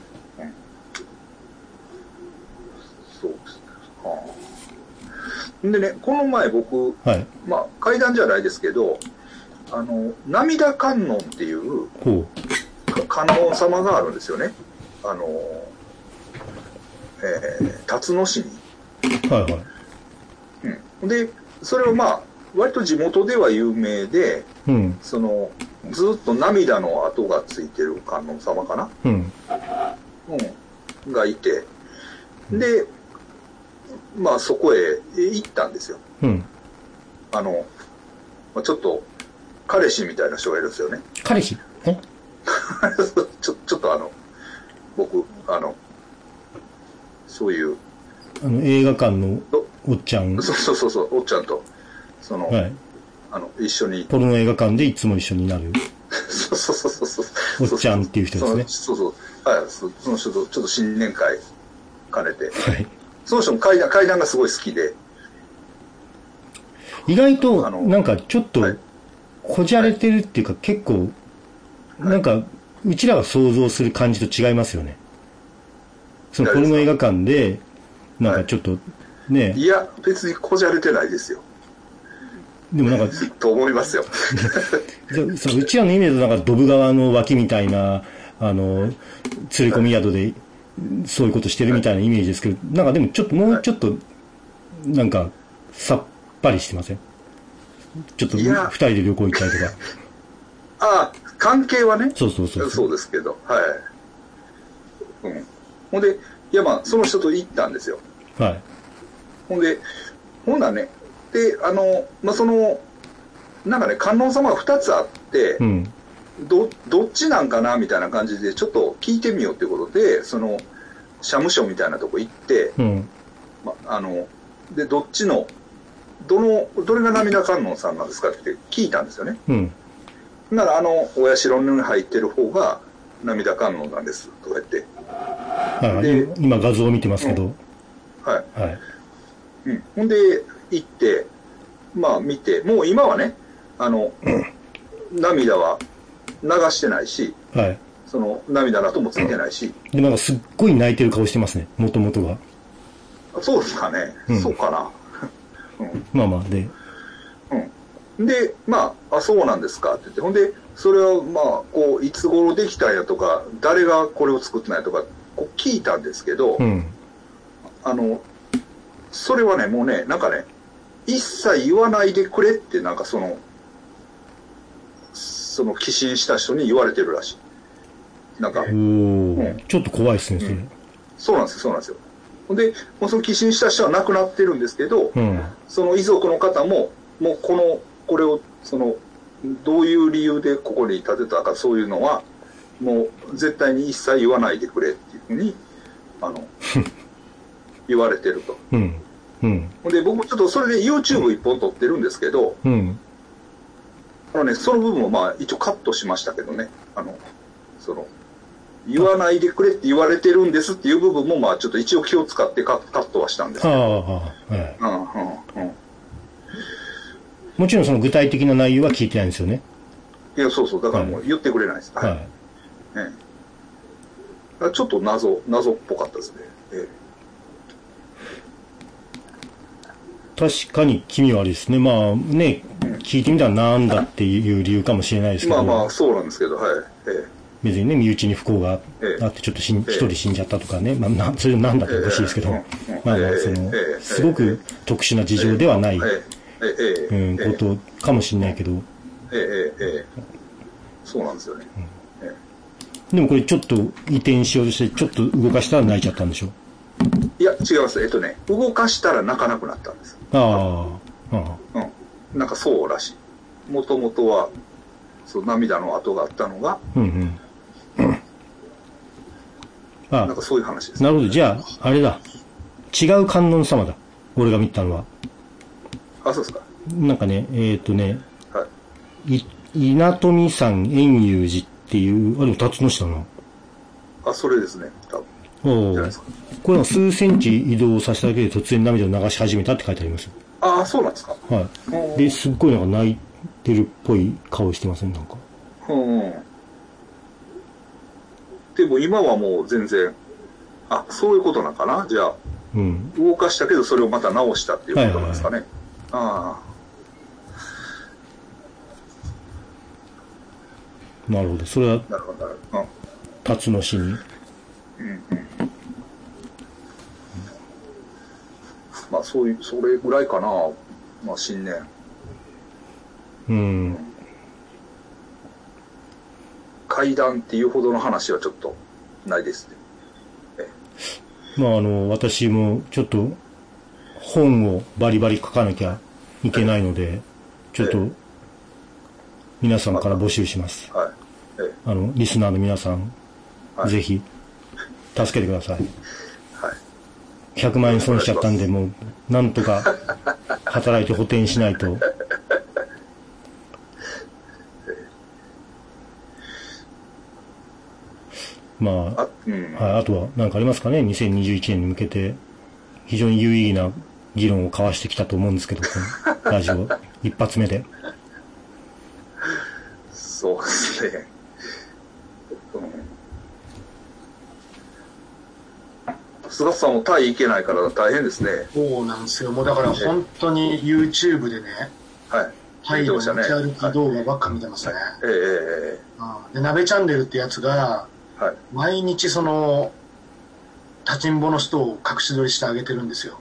そうですね。はあ、でね、この前僕、はい、まあ、怪談じゃないですけど、あの、涙観音っていう、観音様があるんですよね。あの、えー、辰野市に。はいはい。うん。で、それはまあ、割と地元では有名で、うん、その、ずっと涙の跡がついてる観音様かな、うん、うん。がいて、で、まあそこへ行ったんですよ。うん。あの、まあ、ちょっと、彼氏みたいな人がいるんですよね。 彼氏えちょ、ちょっとあの、僕、あの、そういう、 あの、映画館のおっちゃん。 そうそうそうそう、おっちゃんと、その、はい、あの、一緒に。 ポルノ映画館でいつも一緒になる。 そうそうそうそう。 おっちゃんっていう人ですね。 そうそう。はい、そ, その人とちょっと新年会兼ねて。はい。その人も階段、階段がすごい好きで。 意外と、なんかちょっと、こじゃれてるっていうか、はい、結構、なんか、うちらが想像する感じと違いますよね。そのポルノ映画館で、なんかちょっと、ね、 はい。いや、別にこじゃれてないですよ。 でもなんか、 と思いますよ。 そのうちらのイメージだとなんかドブ川の脇みたいな、あの、釣り込み宿で、そういうことしてるみたいなイメージですけど、なんかでもちょっと、もうちょっと、なんか、さっぱりしてません？ちょっと、二人で旅行行ったりとか。 ああ、関係はね。 そうそうそう。 そうですけど、はい。うん。ほんで、いやまあ、その人と行ったんですよ。はい。ほんで、ほんならね、で、あの、まあ、その、なんかね、観音様が二つあって、うん、ど、どっちなんかなみたいな感じで、ちょっと聞いてみようっていうことで、その、社務所みたいなとこ行って、うん、まあ、あの、で、どっちの、どの、どれが涙観音さんなんですかって聞いたんですよね。うん。なら、あの、お社に入ってる方が涙観音なんです、とか言って。 はい、で今画像を見てますけど。うん、 はい。はい。うん。ほんで、行って、まあ見て、もう今はね、あの、うん、涙は流してないし、はい。その涙の跡もついてないし。 で、なんかすっごい泣いてる顔してますね、もともとが。 そうですかね。うん、そうかな。 うん、まあまあ、で。 うん。で、まあ、あ、そうなんですかって言って、ほんで、それはまあ、こう、いつ頃できたんやとか、誰がこれを作ったんやとか、こう聞いたんですけど、うん、あの、それはね、もうね、なんかね、一切言わないでくれって、なんかその、その寄進した人に言われてるらしい。なんか、うん、 ちょっと怖いですね、それ、うん。 そうなんですよ、そうなんですよ。で、もうその寄進した人は亡くなってるんですけど、うん、その遺族の方も、もうこの、これを、その、どういう理由でここに建てたか、そういうのは、もう絶対に一切言わないでくれっていうふうに、あの、言われてると。うんうん、で、僕もちょっとそれで YouTube 一本撮ってるんですけど、うん、あのね、その部分もまあ一応カットしましたけどね、あの、その、言わないでくれって言われてるんですっていう部分もまあちょっと一応気を使ってカットはしたんですけど。ああ、はいうんうんうん、もちろんその具体的な内容は聞いてないんですよね。 いや、そうそう、だからもう言ってくれないです。はい。はいね、ちょっと謎、謎っぽかったですね。ええ確かに気味悪いですね。まあね、うん、聞いてみたらなんだっていう理由かもしれないですけど。 まあまあそうなんですけど、はい。ええ、 別にね、身内に不幸があってちょっとしん、ええ、一人死んじゃったとかね、まあな、それなんだっておかしいですけど、ええ、まあまあその、ええ、すごく特殊な事情ではない、ええ、うん、ことかもしれないけど、 ええええそうなんですよね、うんええ、でもこれちょっと移転しようとしてちょっと動かしたら泣いちゃったんでしょ？ いや違います。えっとね動かしたら泣かなくなったんです。 ああ、 うん、なんかそうらしい。もともとはそう涙の跡があったのが、うんうん、あなんかそういう話です、 ね、なるほど。じゃああれだ、違う観音様だ、俺が見たのは。 あ、そうですか。 なんかね、えっ、ー、とね、はい、い稲富山円融寺っていう、あ、でも辰野市だな。 あ、それですね、多分。 おお。これは数センチ移動させただけで突然涙を流し始めたって書いてあります。 ああ、そうなんですか。 はい。で、すっごいなんか泣いてるっぽい顔してません、なんか。うん。 でも今はもう全然、あ、そういうことなんかな、じゃあ。うん。動かしたけど、それをまた直したっていうことなんですかね。はいはいはい、ああ。なるほど。それは、なるほど、なるほど。辰野市に。うんうん。 まあ、そういう、それぐらいかな。まあ、新年。うん。階段っていうほどの話はちょっとないですね。 まあ、あの、私もちょっと本をバリバリ書かなきゃいけないので、ちょっと皆さんから募集します。はい。あの、リスナーの皆さん、はい、ぜひ助けてください。はい。ひゃくまんえん損しちゃったんで、もうなんとか働いて補填しないと。まあ、あ、うん、はい、あとは何かありますかね。にせんにじゅういちねんに向けて非常に有意義な議論を交わしてきたと思うんですけど、このラジオ一発目で。 そうですね。菅さんもタイ行けないから大変ですね。 そうなんですよ。もうだから本当に YouTube でね、はい、タイの持ち歩き動画ばっか見てますね。はい、ええー、で、鍋チャンネルってやつが、はい、毎日その立ちんぼの人を隠し撮りしてあげてるんですよ。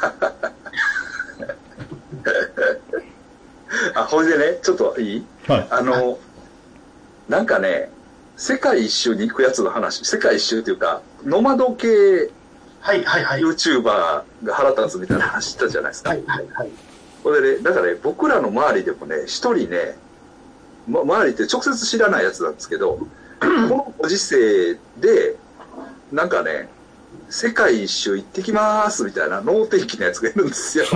あ、ほいでね、ちょっといい？はい、あの、はい、なんかね、世界一周に行くやつの話、世界一周っていうか、ノマド系、 はいはいはい、 YouTuber が腹立つみたいな話したじゃないですか。はいはいはい。これね、だからね、僕らの周りでもね、一人ね、ま、周りって直接知らないやつなんですけど、このご時世で、なんかね、世界一周行ってきますみたいな能天気なやつがいるんですよ。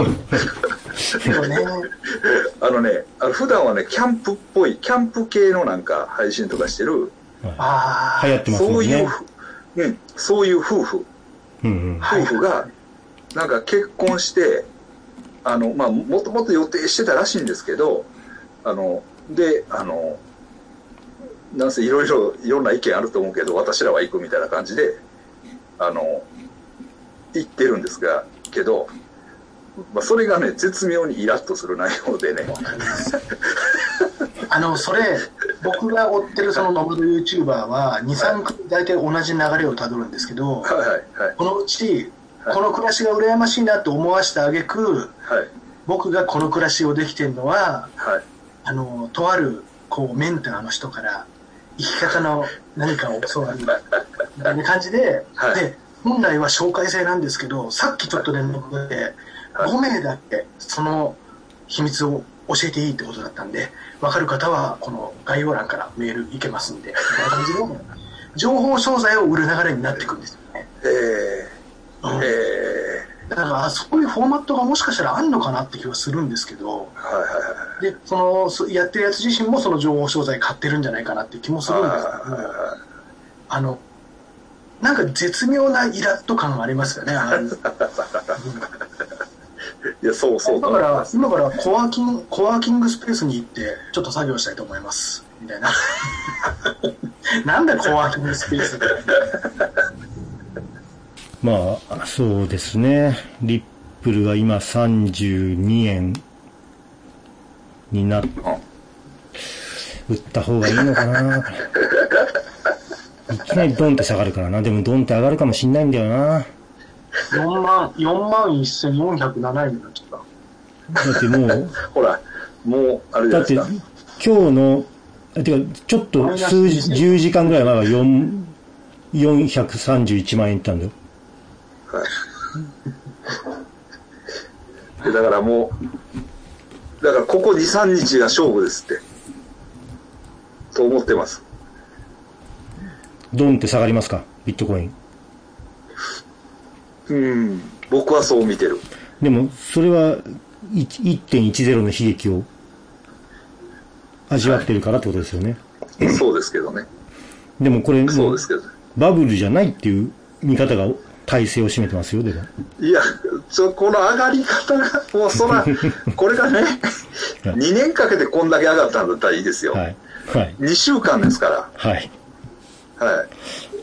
あのね、あの普段はね、キャンプっぽい、キャンプ系のなんか配信とかしてる、 ああ、流行ってますね。 そういう、うん、そういう夫婦、うんうん、夫婦が、なんか結婚して、あの、まあ、もともと予定してたらしいんですけど、あの、で、あの、なんせいろいろ、いろんな意見あると思うけど、私らは行くみたいな感じで、あの、行ってるんですが、けど、まあ、それがね、絶妙にイラッとする内容でね。 あの、それ、僕が追ってるそのノマド YouTuber は、に、さんくみ大体同じ流れをたどるんですけど、はいはいはい、このうち、この暮らしが羨ましいなと思わせてあげく、はい、僕がこの暮らしをできてるのは、はい、あの、とある、こう、メンターの人から、生き方の何かを教わるみたいな感じで、はい、で、本来は紹介制なんですけど、さっきちょっと連絡がで、ごめいだけその秘密を教えていいってことだったんで、分かる方はこの概要欄からメールいけますんで、みたいな感じの情報商材を売る流れになっていくんですよね。えーうん、えー、だからそういうフォーマットがもしかしたらあるのかなって気はするんですけど、はいはいはい、でそのやってるやつ自身もその情報商材買ってるんじゃないかなっていう気もするんですけど、あのなんか絶妙なイラッと感がありますよね。あのいやそうそうだから今からコワーキングコワーキングスペースに行ってちょっと作業したいと思いますみたいな。なんだコワーキングスペースって。 まあそうですね。リップルは今さんじゅうにえんになっ売った方がいいのかな。いきなりドンって下がるからな。でもドンって上がるかもしんないんだよな。 よんまん、よんまんせんよんひゃくななえんになっちゃった。 だってもう、 ほら、もう、あれじゃないですか。 だって、 今日の、てか、ちょっと数時、じゅうじかんぐらい前はよん、よんひゃくさんじゅういちまん円いったんだよ。 はい。だからもう、だからここに、さんにちが勝負ですって。と思ってます。 ドンって下がりますか、ビットコイン。 うん、僕はそう見てる。 でも、それは いってんいちゼロ の悲劇を味わってるからってことですよね。 はい、そうですけどね。 でもこれ、 そうですけど、 バブルじゃないっていう見方が体制を占めてますよ、でも。 いや、ちょ、この上がり方が、もうそら、これがね、にねんかけてこんだけ上がったんだったらいいですよ。はい。はい。にしゅうかんですから。 はい。 はい。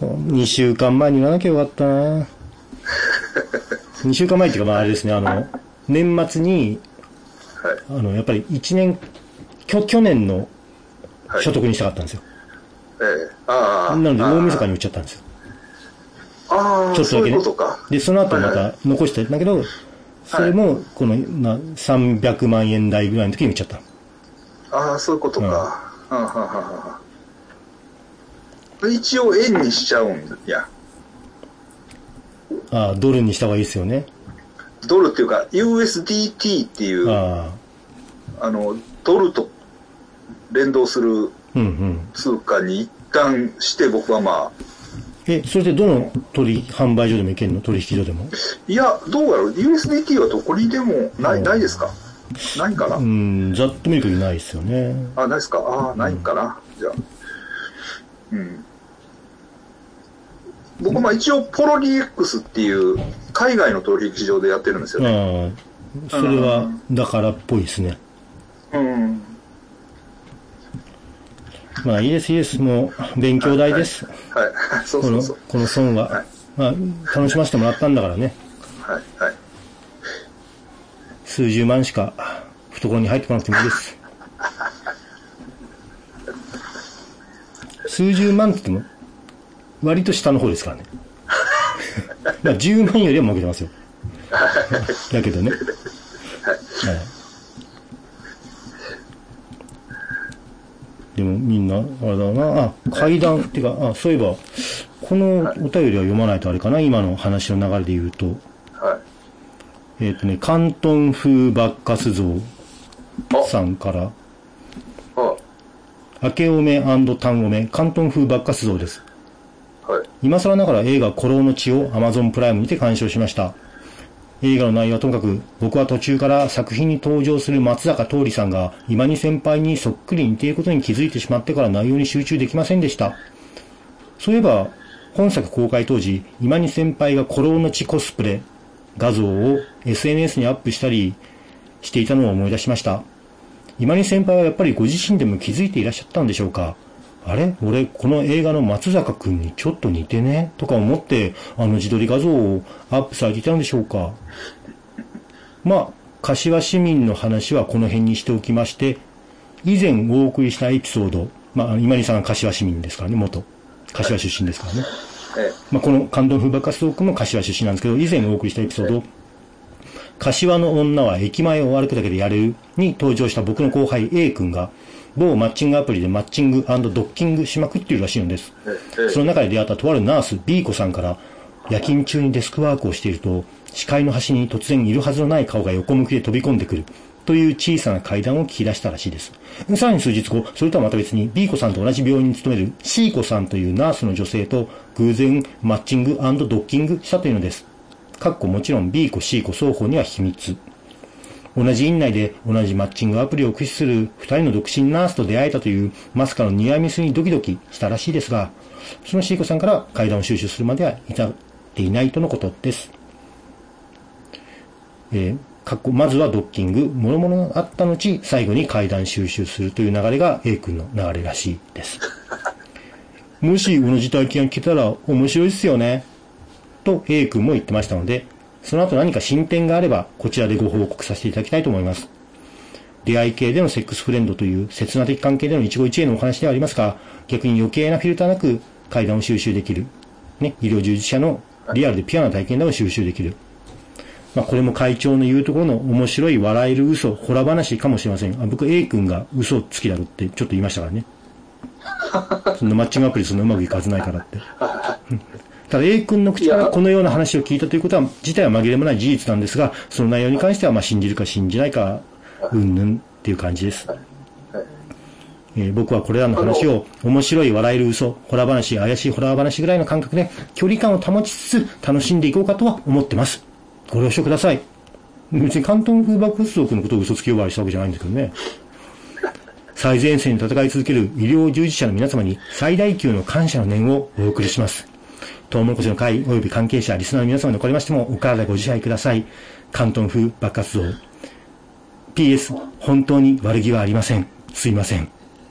にしゅうかんまえに言わなきゃよかったなにしゅうかんまえっていうか、まああれですね、あの、年末に、はい、あの、やっぱりいちねん、きょ、去年の所得にしたかったんですよ。 はい、ええ、ああ。 なので、大晦日に売っちゃったんですよ。 ああ、ちょっとだけね。そういうことか。 で、その後また残してたんだけど、はいはい、それも、この、な、さんびゃくまんえん台ぐらいの時に売っちゃった。 ああ、そういうことか。うん、はははは一応円にしちゃうんや。 ああ、ドルにした方がいいですよね。 ドルっていうか ユーエスディーティー っていう、あ, あのドルと連動する通貨に一旦して僕はまあ、 え、それでどの取販売所でもいけるの？取引所でも？ いや、どうやろう、 ユーエスディーティー はどこにでもない、ないですか？ないかな。 うん、ざっと見るときないですよね。 あ、ないですか。あ、ないかな、うん、じゃあ、うん、僕は一応ポロ ディーエックス っていう海外の取引所でやってるんですよね。 ああ、それはだからっぽいですね。うん。まあいいですいいです、もう勉強代です。はい、はい、そうそうそう。このこの損は、はい、まあ楽しませてもらったんだからね。はいはい。数十万しか懐に入ってこなくてもいいです。数十万って言っても割と下の方ですからね。まあじゅうまんよりは儲けてますよ。だけどね。はい。でもみんな、あれだな、あ、階段、っていうか、あ、そういえば、このお便りは読まないとあれかな、今の話の流れで言うと。はい。えっとね、広東風バッカス像さんから、あ、明けおめ単おめ、広東風バッカス像です。はい。今更ながら映画孤狼の血を Amazon プライムにて鑑賞しました。映画の内容はともかく、僕は途中から作品に登場する松坂桃李さんが今に先輩にそっくり似ていることに気づいてしまってから内容に集中できませんでした。そういえば、本作公開当時、今に先輩が孤狼の血コスプレ画像を エスエヌエス にアップしたりしていたのを思い出しました。今に先輩はやっぱりご自身でも気づいていらっしゃったんでしょうか。あれ俺、この映画の松坂くんにちょっと似てねとか思って、あの自撮り画像をアップされていたのでしょうか。まあ、柏市民の話はこの辺にしておきまして、以前お送りしたエピソード、まあ、今にさんが柏市民ですからね、元。柏出身ですからね。まあ、この広東風バッカス像くんも柏出身なんですけど、以前お送りしたエピソード、柏の女は駅前を歩くだけでやれるに登場した僕の後輩 A 君が、某マッチングアプリでマッチング&ドッキングしまくっているらしいのです。その中で出会ったとあるナース B 子さんから、夜勤中にデスクワークをしていると、視界の端に突然いるはずのない顔が横向きで飛び込んでくるという小さな階段を聞き出したらしいです。さらに数日後、それとはまた別に B 子さんと同じ病院に勤める C 子さんというナースの女性と偶然マッチング&ドッキングしたというのです。かっこもちろん B 子 C 子双方には秘密。同じ院内で同じマッチングアプリを駆使する二人の独身ナースと出会えたというまさかのニアミスにドキドキしたらしいですが、そのシーコさんから階段を収集するまでは至っていないとのことです。えー、かっこまずはドッキング、諸々があった後、最後に階段収集するという流れが A 君の流れらしいです。もし同じ体験が聞けたら面白いっすよね、と A 君も言ってましたので、その後何か進展があれば、こちらでご報告させていただきたいと思います。出会い系でのセックスフレンドという刹那的関係での一期一会のお話ではありますが、逆に余計なフィルターなく階段を収集できる。ね、医療従事者のリアルでピュアな体験談を収集できる。 まあこれも会長の言うところの面白い笑える嘘、ホラ話かもしれません。あ僕 A 君が嘘つきだろってちょっと言いましたからね。そんなマッチングアプリそんなうまくいくはずないからって。ただ A 君の口からこのような話を聞いたということは、自体は紛れもない事実なんですが、その内容に関してはまあ信じるか信じないか、うんぬんっていう感じです。えー、僕はこれらの話を面白い笑える嘘、ホラ話、怪しいホラー話ぐらいの感覚で距離感を保ちつつ楽しんでいこうかとは思ってます。ご了承ください。別に関東風爆発族のことを嘘つき呼ばわりしたわけじゃないんですけどね。最前線で戦い続ける医療従事者の皆様に最大級の感謝の念をお送りします。トウモロコシの会及び関係者、リスナーの皆様におかれましてもお体ご自愛ください。関東風爆発像。ピーエス 本当に悪気はありません。すいません。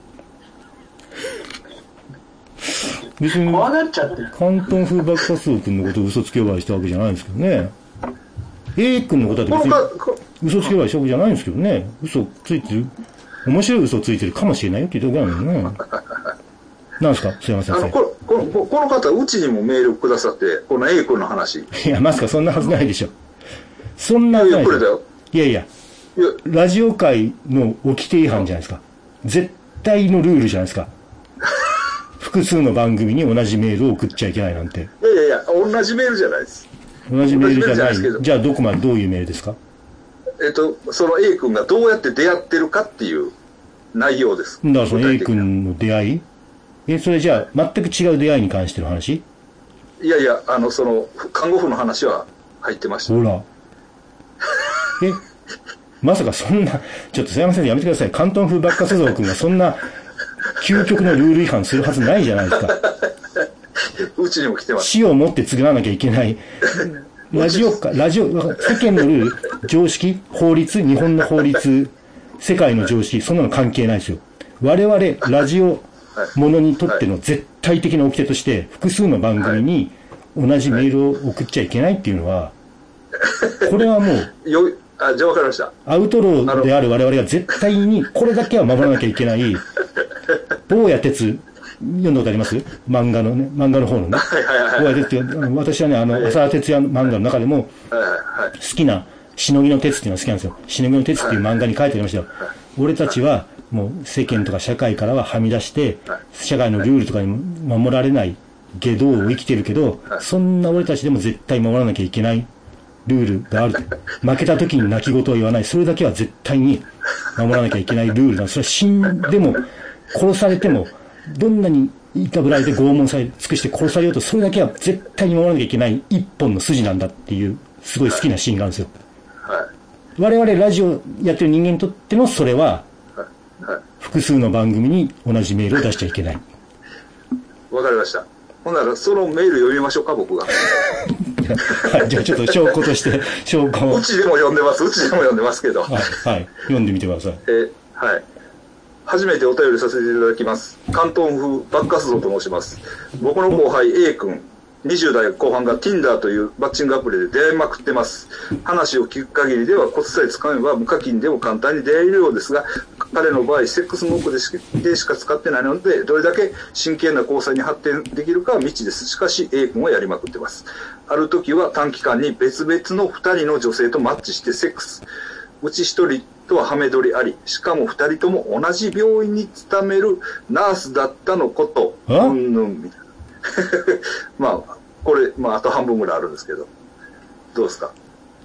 別に怖がっちゃってる。 関東風爆発像君のことを嘘つき呼ばわりしたわけじゃないんですけどね。A 君のことは別に嘘つき呼ばわりしたわけじゃないんですけどね。嘘ついてる。面白い嘘ついてるかもしれないよって言ったわけなのにね。なんですか、すいません。あのここのこの方うちにもメールくださってこの A 君の話。 いやまさかそんなはずないでしょ。そんなはずないでしょ。いやいや。いやラジオ界の掟違反じゃないですか。絶対のルールじゃないですか。複数の番組に同じメールを送っちゃいけないなんて。 いやいやいや同じメールじゃないです。 同じメールじゃない。じゃあどこまでどういうメールですか。 えっとその A 君がどうやって出会ってるかっていう内容です。 だからその A 君の出会い。え、それじゃあ、全く違う出会いに関しての話？ いやいや、あの、その、看護婦の話は入ってました。 ほら。え、まさかそんな、ちょっとすいません、やめてください。関東風爆発像君がそんな、究極のルール違反するはずないじゃないですか。 うちにも来てます。 死をもって償わなきゃいけない。ラジオか、ラジオ、世間のルール、常識、法律、日本の法律、世界の常識、そんなの関係ないですよ。我々、ラジオ、ものにとっての絶対的な掟として複数の番組に同じメールを送っちゃいけないっていうのはこれはもうよあじゃあ分かりました。 アウトローである我々が絶対にこれだけは守らなきゃいけない坊や哲読んだことあります？漫画のね漫画の方のね坊や哲っていう私はねあの浅田哲也の漫画の中でも好きなしのぎの哲っていうのが好きなんですよ。しのぎの哲っていう漫画に書いてありましたよ。俺たちはもう世間とか社会からははみ出して社会のルールとかに守られない下道を生きてるけどそんな俺たちでも絶対守らなきゃいけないルールがあると。負けた時に泣き言を言わない。それだけは絶対に守らなきゃいけないルールだ。それは死んでも殺されてもどんなにいたぶられて拷問され尽くして殺されようとそれだけは絶対に守らなきゃいけない一本の筋なんだっていうすごい好きなシーンがあるんですよ。我々ラジオやってる人間にとってのそれは複数の番組に同じメールを出しちゃいけない。 わかりました。ほんならそのメール読みましょうか僕が。 はい、じゃあちょっと証拠として証拠を。 うちでも読んでます。うちでも読んでますけど。 はい、はい、読んでみてください。 えー、はい。初めてお便りさせていただきます。関東風バッカスゾと申します。僕の後輩 A 君。にじゅう代後半が Tinder というマッチングアプリで出会いまくってます。話を聞く限りではコツさえつかめば無課金でも簡単に出会えるようですが、彼の場合セックス目的でしか使ってないので、どれだけ真剣な交際に発展できるかは未知です。しかし A 君はやりまくってます。ある時は短期間に別々のふたりの女性とマッチしてセックス。うちひとりとはハメ撮りあり、しかもふたりとも同じ病院に勤めるナースだったのこと。うんぬんみたいな。まあこれ、まあ、あと半分ぐらいあるんですけどどうですか。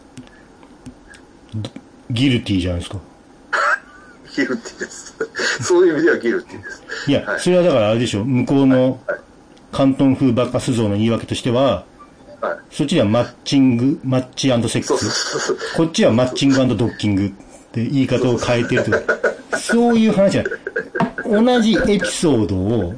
ギルティーじゃないですか。 ギルティーですそういう意味ではギルティーです。 いや、はい、それはだからあれでしょ向こうの関東風バッカス像の言い訳としては、はい、そっちではマッチングマッチ&セックス、そうそうそうそう、こっちはマッチング&ドッキングって言い方を変えてるとそういう話じゃない。同じエピソードを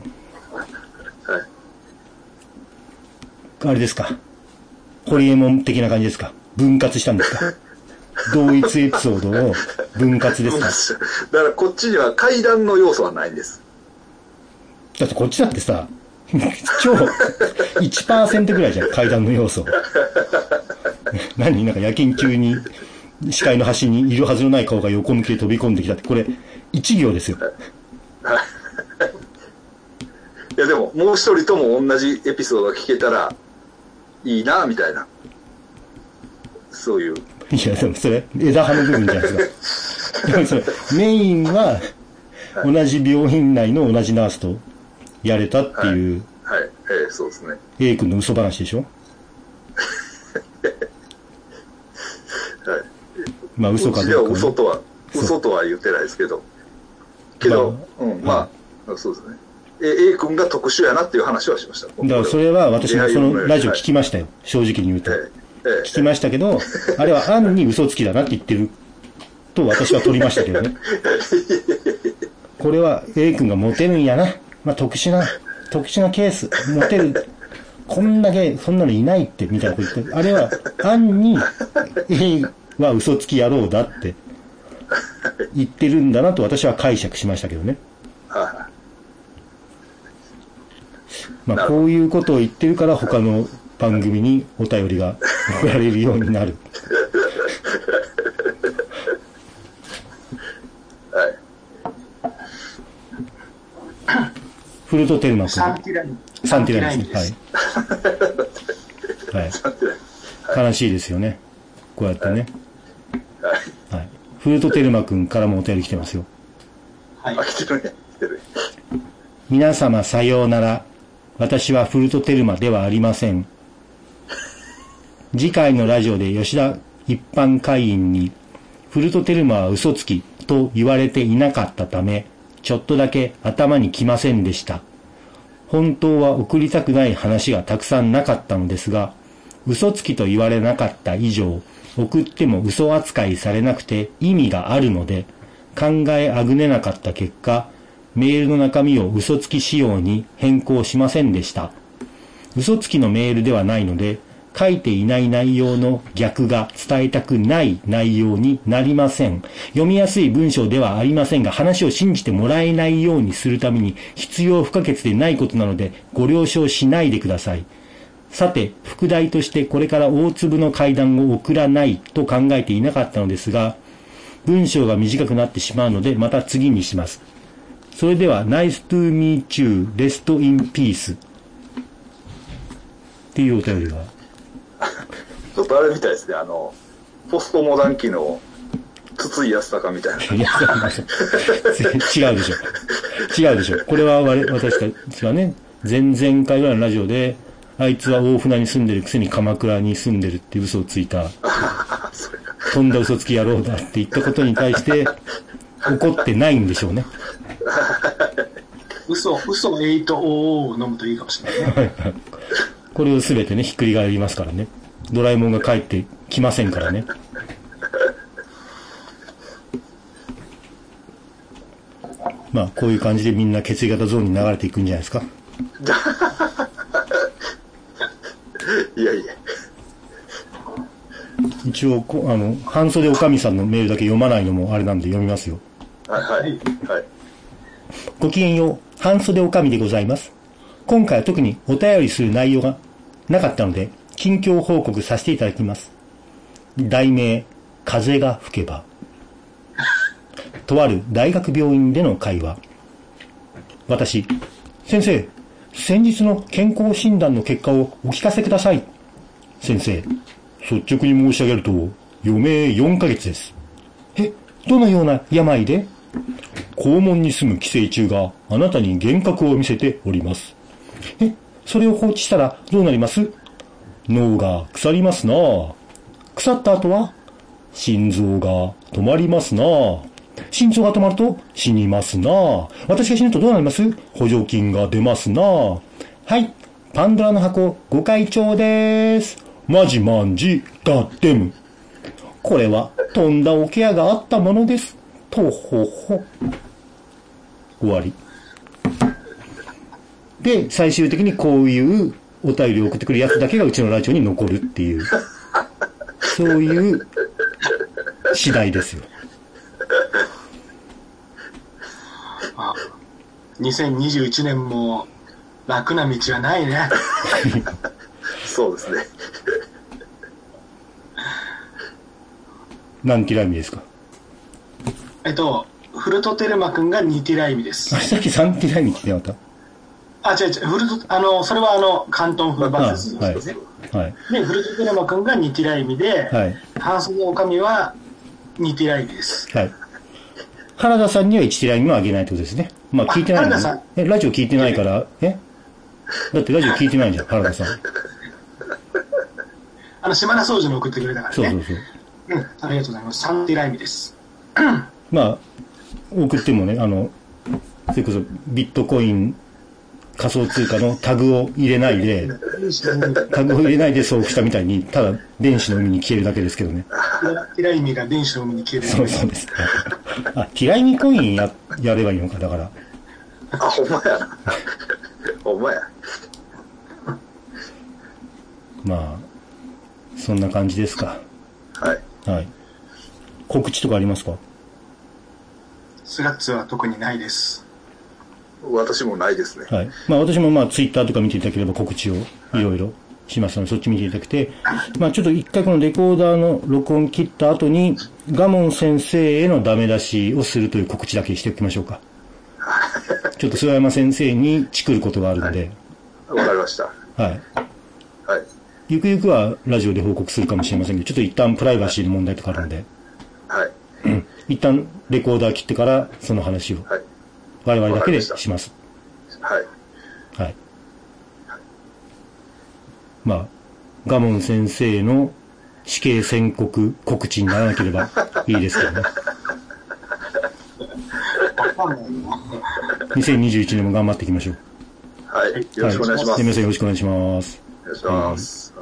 あれですか、ホリエモン的な感じですか、分割したんですか同一エピソードを分割ですか。 だからこっちには怪談の要素はないんです。 だってこっちだってさ超 いちパーセント ぐらいじゃん怪談の要素何なんか夜勤中に視界の端にいるはずのない顔が横向きで飛び込んできたってこれいち行ですよいやでももう一人とも同じエピソードが聞けたらいいなみたいな、 そういう。 いや、でもそれ、枝葉の部分じゃないですか。でもそれ、メインは、同じ病院内の同じナースとやれたっていう。 はい、はい、えー、そうですね。 A 君の嘘話でしょ。はい。まあ嘘かどうか、ね。 うちでは嘘とは、嘘とは言ってないですけど。けど、まあ、うん、まあ、はい、そうですね。A 君が特殊やなっていう話はしました。 だからそれは私もそのラジオ聞きましたよ。正直に言うと。聞きましたけど、あれは暗に嘘つきだなって言ってると私は取りましたけどね。これは A 君がモテるんやな。まあ特殊な、特殊なケース。モテる。こんだけ、そんなのいないって、みたいなこと言ってる。あれは暗に A は嘘つき野郎だって言ってるんだなと私は解釈しましたけどね。まあこういうことを言ってるから他の番組にお便りが送られるようになる。 はい。 フルトテルマ君。 サンティライン。 サンティラインですね。はい。はい。悲しいですよね。こうやってね。はい。はい、フルトテルマ君からもお便り来てますよ。 はい。来てるね。来てる。 皆様さようなら。私はフルトテルマではありません。次回のラジオで吉田一般会員にフルトテルマは嘘つきと言われていなかったため、ちょっとだけ頭にきませんでした。本当は送りたくない話がたくさんなかったのですが、嘘つきと言われなかった以上、送っても嘘扱いされなくて意味があるので、考えあぐねなかった結果、メールの中身を嘘つき仕様に変更しませんでした。嘘つきのメールではないので、書いていない内容の逆が伝えたくない内容になりません。読みやすい文章ではありませんが、話を信じてもらえないようにするために必要不可欠でないことなので、ご了承しないでください。さて、副題としてこれから大粒の階段を送らないと考えていなかったのですが、文章が短くなってしまうので、また次にします。それでは、Nice to meet you, rest in peace っていうお便りが。 ちょっとあれみたいですね、あの、ポストモダン期の筒井康隆みたいな。いや、 違うでしょ。違うでしょ。これは私たちはね、前々回ぐらいのラジオで、あいつは大船に住んでるくせに鎌倉に住んでるって嘘をついた、とんだ嘘つき野郎だって言ったことに対して、怒ってないんでしょうね。 嘘、嘘はちオーオーを飲むといいかもしれないね。 これをすべてね、ひっくり返りますからね。ドラえもんが帰ってきませんからね。まあ、こういう感じでみんな血液型ゾーンに流れていくんじゃないですか。 いやいや。 一応、あの、半袖おかみさんのメールだけ読まないのもあれなんで読みますよ。 はいはい。はい。 ごきげんよう、半袖おかみでございます。今回は特にお便りする内容がなかったので、近況報告させていただきます。題名、風が吹けば。とある大学病院での会話。私、先生、先日の健康診断の結果をお聞かせください。先生、率直に申し上げると、余命よんかげつです。え、どのような病で？肛門に住む寄生虫があなたに幻覚を見せております。え、それを放置したらどうなります？脳が腐りますなぁ。腐った後は心臓が止まりますなぁ。心臓が止まると死にますなぁ。私が死ぬとどうなります？補助金が出ますなぁ。はい、パンドラの箱ご会長でーす。マジマンジガッデム。これはとんだおケアがあったものです。とほほ。終わり。で、最終的にこういうお便りを送ってくるやつだけがうちのラジオに残るっていう、そういう次第ですよ。 あ、にせんにじゅういちねんも楽な道はないね。 そうですね。 何ティライミですか？ えっと、フルトテルマ君がにティライミです。 あ、さっきさんティライミって言ってなかっあ、違う違う、フルト、あの、それはあの、関東風バスですね。はい。はい、で、フルトテレマ君がニティライミで、はい。半袖おかみはニティライミです。はい。 原田さんにはいちティライミもあげないってことですね。まあ聞いてないの、ね、原田さん。え、ラジオ聞いてないから、えだってラジオ聞いてないじゃん、原田さん。 あの、島田総司の送ってくれたからね。 そうそうそう。 うん、ありがとうございます。さんティライミです。 まあ、送ってもね、あの、それこそビットコイン仮想通貨のタグを入れないで、タグを入れないで送付したみたいに、ただ電子の海に消えるだけですけどね。 ティライミが電子の海に消える。 そうそうです。あ、ティライミコインや、やればいいのか、だから。 あ、ほんまやな。ほんまや。 まあ、そんな感じですか。 はい。 はい。告知とかありますか？ スラッツは特にないです。 私もないですね。 はい。まあ私もまあツイッターとか見ていただければ告知をいろいろしますので、そっち見ていただけて、まあちょっと一回このレコーダーの録音切った後に、ガモン先生へのダメ出しをするという告知だけしておきましょうか。ちょっと諏訪山先生にチクることがあるので。 わ、はい、かりました。 はい。はい。ゆくゆくはラジオで報告するかもしれませんけど、ちょっと一旦プライバシーの問題とかあるので。 はい。 うん。一旦レコーダー切ってからその話を。はい。我々だけでします。 はい。 はい。まあ、ガモン先生の死刑宣告告知にならなければいいですけどね。にせんにじゅういちねんも頑張っていきましょう。 はい。よろしくお願いします。 皆さんよろしくお願いします。 お願いします。